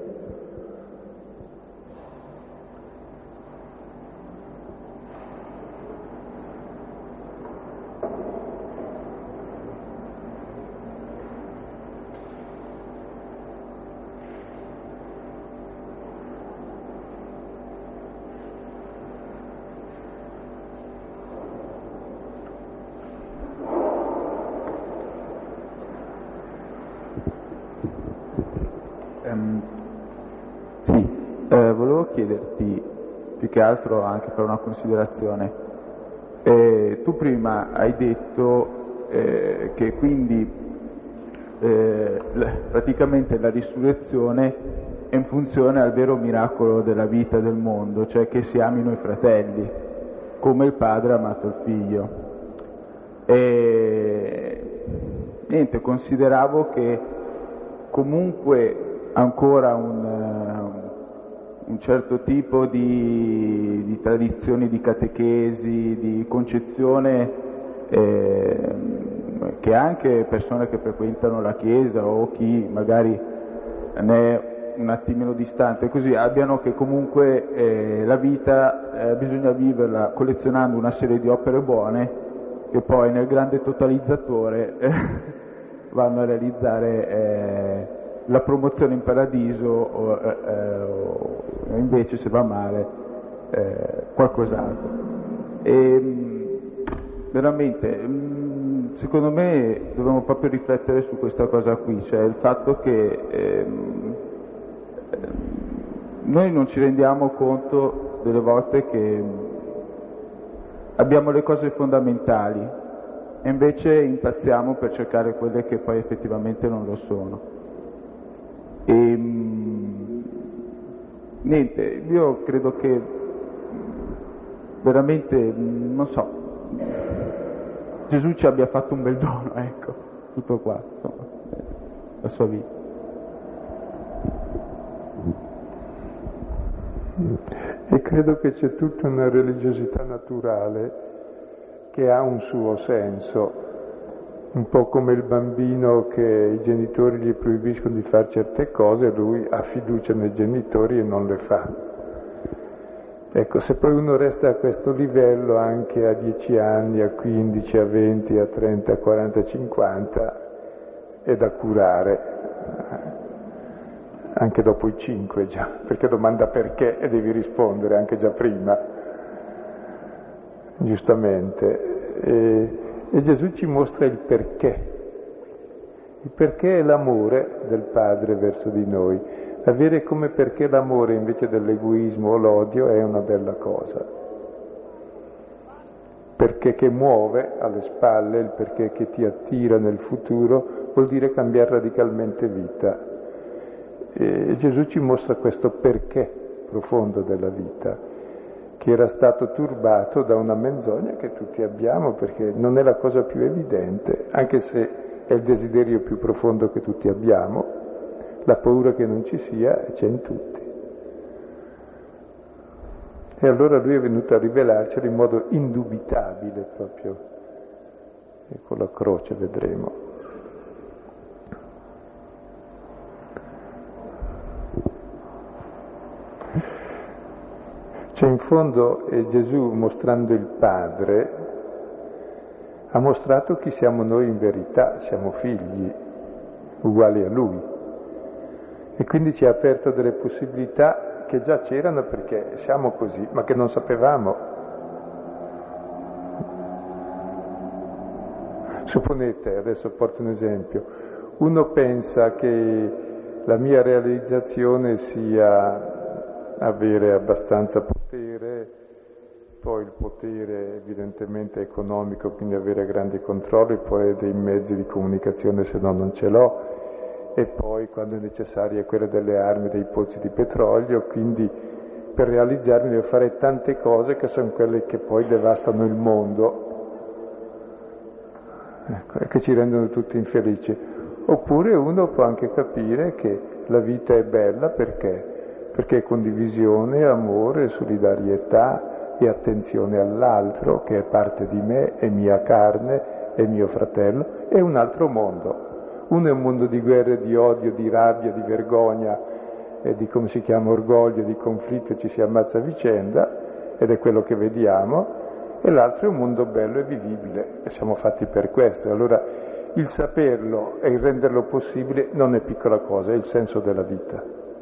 Chiederti più che altro anche per una considerazione. Eh, tu prima hai detto eh, che quindi eh, la, praticamente la risurrezione è in funzione al vero miracolo della vita del mondo, cioè che si amino i fratelli, come il padre ha amato il figlio. E niente, consideravo che comunque ancora un un certo tipo di, di tradizioni di catechesi, di concezione eh, che anche persone che frequentano la Chiesa o chi magari ne è un attimino distante così abbiano che comunque eh, la vita eh, bisogna viverla collezionando una serie di opere buone che poi nel grande totalizzatore eh, vanno a realizzare eh, la promozione in paradiso o, eh, eh, o invece se va male eh, qualcos'altro. E, veramente secondo me dobbiamo proprio riflettere su questa cosa qui, cioè il fatto che ehm, noi non ci rendiamo conto delle volte che abbiamo le cose fondamentali e invece impazziamo per cercare quelle che poi effettivamente non lo sono. E, niente, io credo che veramente, non so, Gesù ci abbia fatto un bel dono, ecco, tutto qua, insomma, la sua vita. E credo che c'è tutta una religiosità naturale che ha un suo senso, un po' come il bambino che i genitori gli proibiscono di fare certe cose, lui ha fiducia nei genitori e non le fa. Ecco, se poi uno resta a questo livello anche a dieci anni, a quindici, a venti, a trenta, a quaranta, a cinquanta, è da curare, anche dopo i cinque già, perché domanda perché e devi rispondere anche già prima, giustamente. E, e Gesù ci mostra il perché. Il perché è l'amore del Padre verso di noi. Avere come perché l'amore invece dell'egoismo o l'odio è una bella cosa. Perché che muove alle spalle, il perché che ti attira nel futuro, vuol dire cambiare radicalmente vita. E Gesù ci mostra questo perché profondo della vita, che era stato turbato da una menzogna che tutti abbiamo, perché non è la cosa più evidente, anche se è il desiderio più profondo che tutti abbiamo. La paura che non ci sia c'è in tutti. E allora lui è venuto a rivelarcelo in modo indubitabile proprio. E con la croce vedremo. Cioè in fondo eh, Gesù, mostrando il Padre, ha mostrato chi siamo noi in verità, siamo figli uguali a Lui. E quindi ci ha aperto delle possibilità che già c'erano perché siamo così, ma che non sapevamo. Supponete, adesso porto un esempio, uno pensa che la mia realizzazione sia avere abbastanza potere, poi il potere evidentemente economico, quindi avere grandi controlli, poi dei mezzi di comunicazione se no non ce l'ho, e poi quando è necessaria quella delle armi, dei pozzi di petrolio, quindi per realizzarmi devo fare tante cose che sono quelle che poi devastano il mondo, ecco, e che ci rendono tutti infelici. Oppure uno può anche capire che la vita è bella perché? Perché è condivisione, amore, solidarietà e attenzione all'altro, che è parte di me, è mia carne, è mio fratello, è un altro mondo. Uno è un mondo di guerre, di odio, di rabbia, di vergogna, e di come si chiama orgoglio, di conflitto, e ci si ammazza a vicenda, ed è quello che vediamo, e l'altro è un mondo bello e vivibile, e siamo fatti per questo. Allora il saperlo e il renderlo possibile non è piccola cosa, è il senso della vita.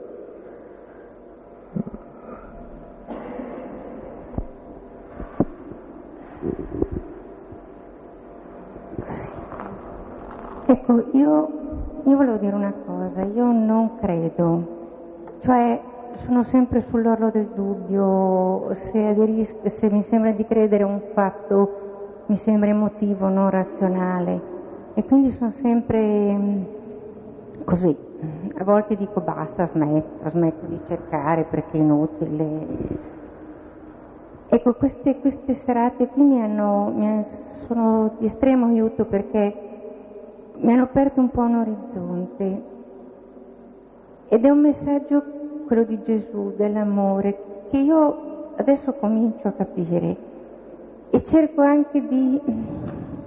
Ecco, io, io volevo dire una cosa, io non credo, cioè sono sempre sull'orlo del dubbio, se, aderisco, se mi sembra di credere un fatto mi sembra emotivo, non razionale, e quindi sono sempre così, a volte dico basta, smetto, smetto di cercare perché è inutile. Ecco, queste, queste serate qui mi hanno, mi sono di estremo aiuto perché mi hanno aperto un po' un orizzonte, ed è un messaggio, quello di Gesù, dell'amore, che io adesso comincio a capire, e cerco anche di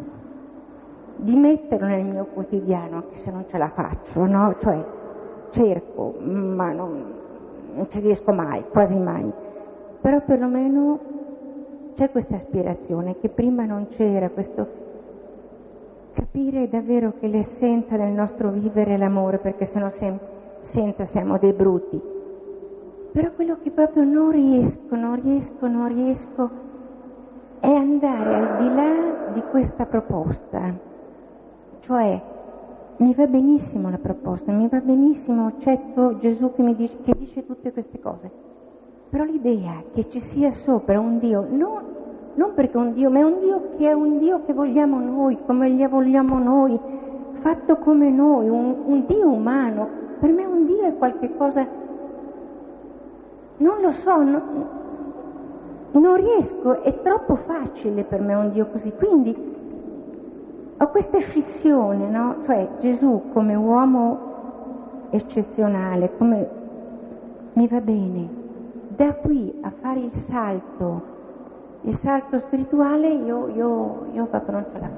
di metterlo nel mio quotidiano, anche se non ce la faccio, no? Cioè cerco, ma non, non ci riesco mai, quasi mai. Però perlomeno c'è questa aspirazione che prima non c'era, questo capire davvero che l'essenza del nostro vivere è l'amore, perché sennò sem- senza siamo dei bruti. Però quello che proprio non riesco, non riesco, non riesco è andare al di là di questa proposta. Cioè, mi va benissimo la proposta, mi va benissimo, accetto Gesù che mi dice, che dice tutte queste cose. Però l'idea che ci sia sopra un Dio, non, non perché è un Dio, ma è un Dio che è un Dio che vogliamo noi, come gli vogliamo noi, fatto come noi, un, un Dio umano. Per me un Dio è qualche cosa, non lo so, non, non riesco, è troppo facile per me un Dio così. Quindi ho questa scissione, no? Cioè Gesù come uomo eccezionale, come mi va bene. Da qui a fare il salto, il salto spirituale, io, io, io proprio non ce la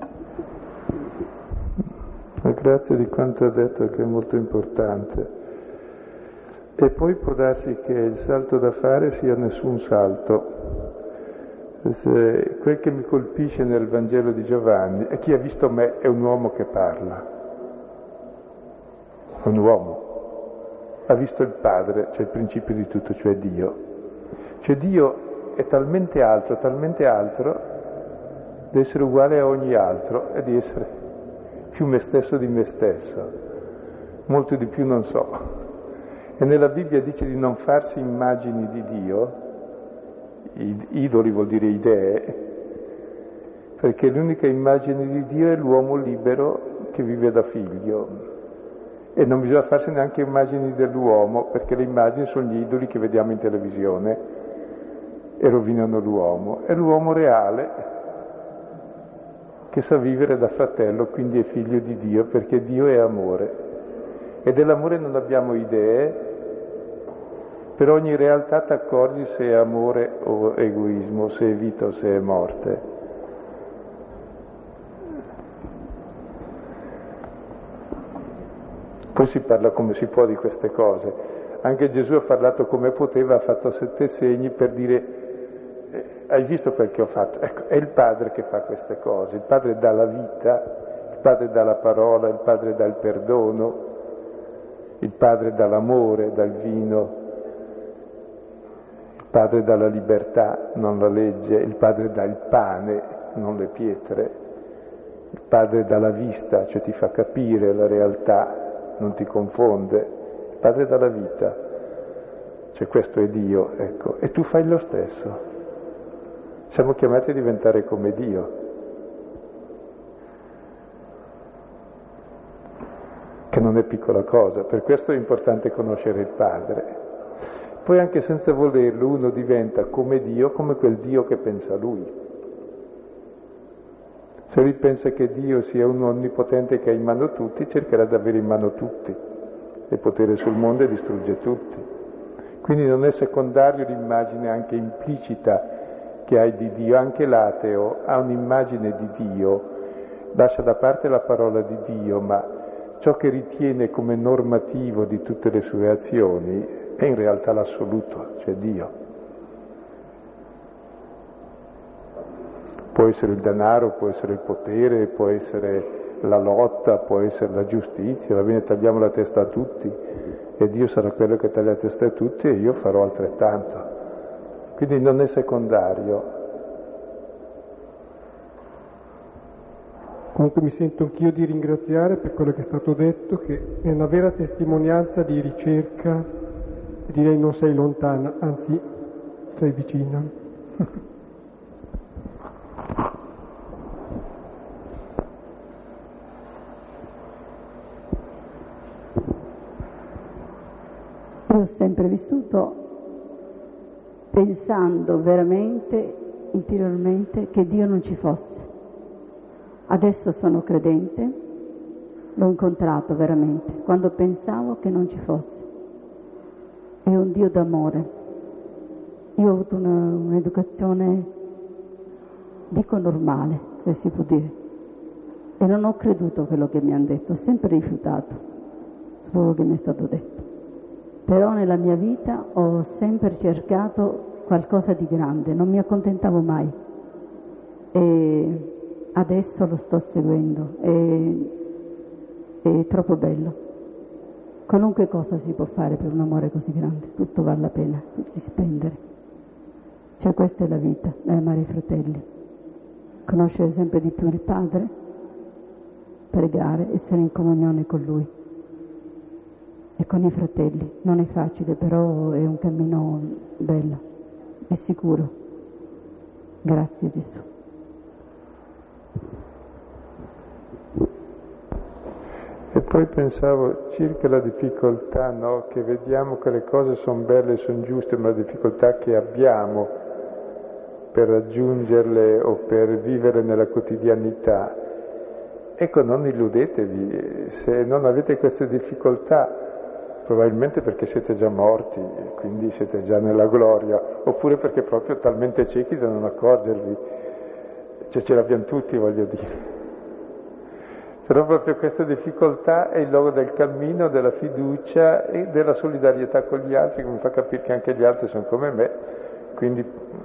faccio. Grazie di quanto ha detto, che è molto importante. E poi può darsi che il salto da fare sia nessun salto. Se quel che mi colpisce nel Vangelo di Giovanni è chi ha visto me è un uomo che parla. È un uomo. Ha visto il Padre, cioè il principio di tutto, cioè Dio. Cioè Dio è talmente altro, talmente altro, di essere uguale a ogni altro e di essere più me stesso di me stesso. Molto di più non so. E nella Bibbia dice di non farsi immagini di Dio, idoli vuol dire idee, perché l'unica immagine di Dio è l'uomo libero che vive da figlio. E non bisogna farsi neanche immagini dell'uomo, perché le immagini sono gli idoli che vediamo in televisione e rovinano l'uomo. È l'uomo reale che sa vivere da fratello, quindi è figlio di Dio, perché Dio è amore. E dell'amore non abbiamo idee, per ogni realtà ti accorgi se è amore o egoismo, se è vita o se è morte. Poi si parla come si può di queste cose. Anche Gesù ha parlato come poteva, ha fatto sette segni per dire eh, hai visto quel che ho fatto? Ecco, è il Padre che fa queste cose, il Padre dà la vita, il Padre dà la parola, il Padre dà il perdono, il Padre dà l'amore, dà il vino, il Padre dà la libertà, non la legge, il Padre dà il pane, non le pietre, il Padre dà la vista, cioè ti fa capire la realtà, non ti confonde, il Padre dà la vita, cioè questo è Dio, ecco, e tu fai lo stesso. Siamo chiamati a diventare come Dio. Che non è piccola cosa, per questo è importante conoscere il Padre. Poi anche senza volerlo uno diventa come Dio, come quel Dio che pensa Lui. Se lui pensa che Dio sia un onnipotente che ha in mano tutti, cercherà di avere in mano tutti, il potere sul mondo e distrugge tutti. Quindi non è secondario l'immagine anche implicita che hai di Dio, anche l'ateo ha un'immagine di Dio, lascia da parte la parola di Dio, ma ciò che ritiene come normativo di tutte le sue azioni è in realtà l'assoluto, cioè Dio. Può essere il denaro, può essere il potere, può essere la lotta, può essere la giustizia, va bene, tagliamo la testa a tutti e Dio sarà quello che taglia la testa a tutti e io farò altrettanto. Quindi non è secondario. Comunque mi sento anch'io di ringraziare per quello che è stato detto, che è una vera testimonianza di ricerca, direi non sei lontana, anzi sei vicina. Io ho sempre vissuto pensando veramente, interiormente, che Dio non ci fosse. Adesso sono credente, l'ho incontrato veramente, quando pensavo che non ci fosse. È un Dio d'amore. Io ho avuto una, un'educazione, dico normale, se si può dire. e non ho creduto a quello che mi hanno detto, ho sempre rifiutato quello che mi è stato detto. Però nella mia vita ho sempre cercato qualcosa di grande, non mi accontentavo mai. E adesso lo sto seguendo, è, è troppo bello. Qualunque cosa si può fare per un amore così grande, tutto vale la pena di spendere. Cioè questa è la vita, è amare i fratelli, conoscere sempre di più il Padre, pregare, essere in comunione con Lui e con i fratelli. Non è facile, però è un cammino bello, è sicuro. Grazie Gesù. E poi pensavo circa la difficoltà, no? Che vediamo che le cose sono belle, sono giuste, ma la difficoltà che abbiamo per raggiungerle o per vivere nella quotidianità. Ecco, non illudetevi, se non avete queste difficoltà, probabilmente perché siete già morti, quindi siete già nella gloria, oppure perché proprio talmente ciechi da non accorgervi, cioè ce l'abbiamo tutti, voglio dire. Però proprio questa difficoltà è il luogo del cammino, della fiducia e della solidarietà con gli altri, che mi fa capire che anche gli altri sono come me, quindi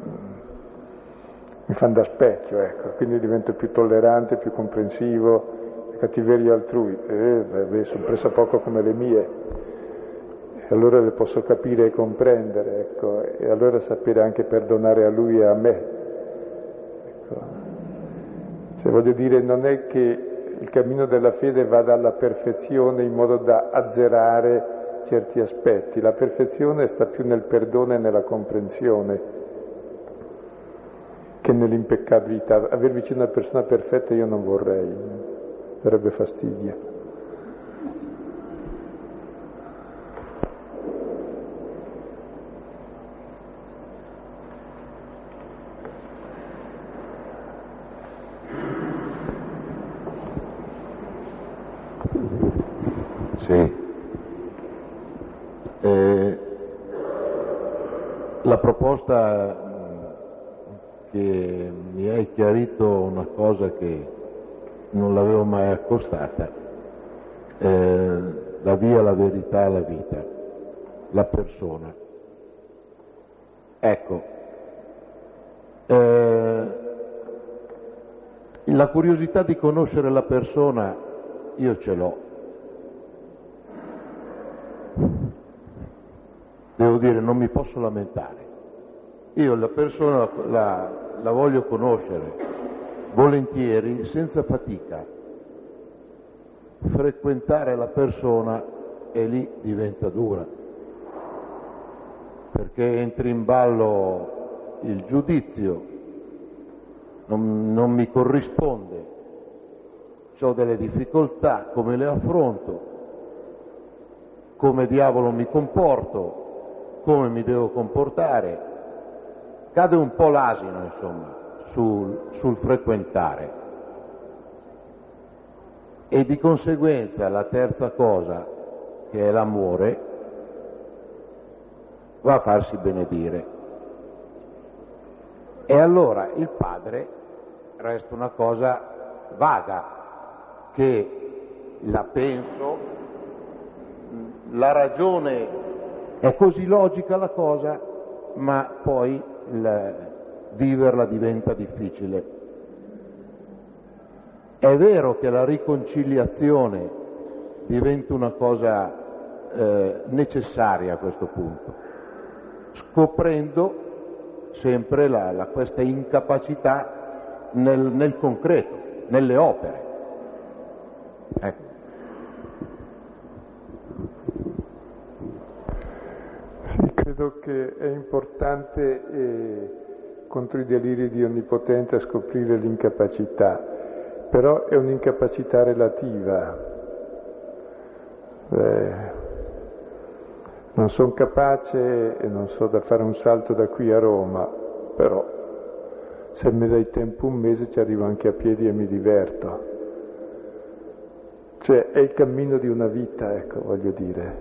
mi fanno da specchio, ecco, quindi divento più tollerante, più comprensivo, le cattiverie altrui, eh, beh, sono presso a poco come le mie, e allora le posso capire e comprendere, ecco, e allora sapere anche perdonare a lui e a me. Ecco. Cioè, voglio dire, non è che il cammino della fede vada alla perfezione in modo da azzerare certi aspetti, la perfezione sta più nel perdono e nella comprensione che nell'impeccabilità. Aver vicino una persona perfetta io non vorrei, darebbe fastidio. Sì. Eh, la proposta che mi hai chiarito una cosa che non l'avevo mai accostata, eh, la via, la verità, la vita, la persona. Ecco, eh, la curiosità di conoscere la persona io ce l'ho. Devo dire, non mi posso lamentare. Io la persona la, la voglio conoscere volentieri, senza fatica. Frequentare la persona e lì diventa dura, perché entri in ballo il giudizio, non, non mi corrisponde, ho delle difficoltà, come le affronto, come diavolo mi comporto, come mi devo comportare. Cade un po' l'asino, insomma, sul, sul frequentare. E di conseguenza la terza cosa, che è l'amore, va a farsi benedire. E allora il padre resta una cosa vaga, che la penso, la ragione è così logica la cosa, ma poi il viverla diventa difficile. È vero che la riconciliazione diventa una cosa eh, necessaria a questo punto, scoprendo sempre la, la, questa incapacità nel, nel concreto, nelle opere. Ecco. Sì, credo che è importante eh, contro i deliri di onnipotenza scoprire l'incapacità, però è un'incapacità relativa. Eh, non sono capace e non so da fare un salto da qui a Roma, però se mi dai tempo un mese ci arrivo anche a piedi e mi diverto. Cioè è il cammino di una vita, ecco, voglio dire.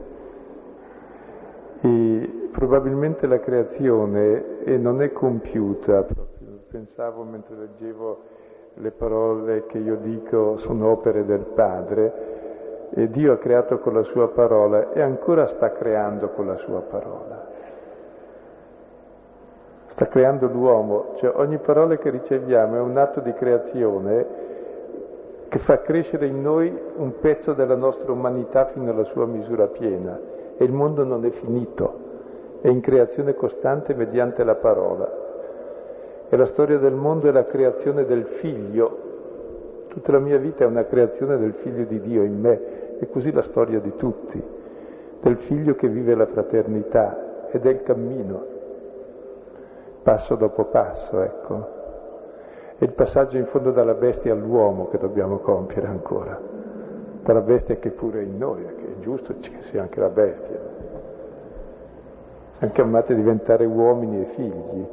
E probabilmente la creazione e non è compiuta, proprio. Pensavo mentre leggevo le parole che io dico sono opere del Padre, e Dio ha creato con la sua parola e ancora sta creando con la sua parola. Sta creando l'uomo, cioè ogni parola che riceviamo è un atto di creazione che fa crescere in noi un pezzo della nostra umanità fino alla sua misura piena, e il mondo non è finito, è in creazione costante mediante la parola. E la storia del mondo è la creazione del Figlio. Tutta la mia vita è una creazione del Figlio di Dio in me, e così la storia di tutti, del Figlio che vive la fraternità ed è il cammino, passo dopo passo, ecco. È il passaggio in fondo dalla bestia all'uomo che dobbiamo compiere ancora, dalla bestia che pure è in noi, che è giusto che sia anche la bestia. Siamo chiamati a diventare uomini e figli.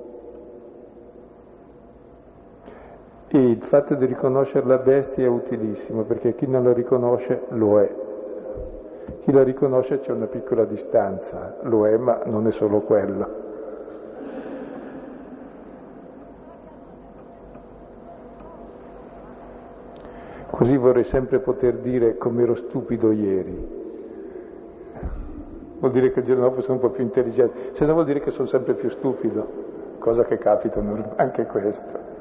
E il fatto di riconoscere la bestia è utilissimo, perché chi non la riconosce lo è. Chi la riconosce c'è una piccola distanza, lo è, ma non è solo quello. Così vorrei sempre poter dire come ero stupido ieri. Vuol dire che il giorno dopo sono un po' più intelligente, se no vuol dire che sono sempre più stupido, cosa che capita anche questo.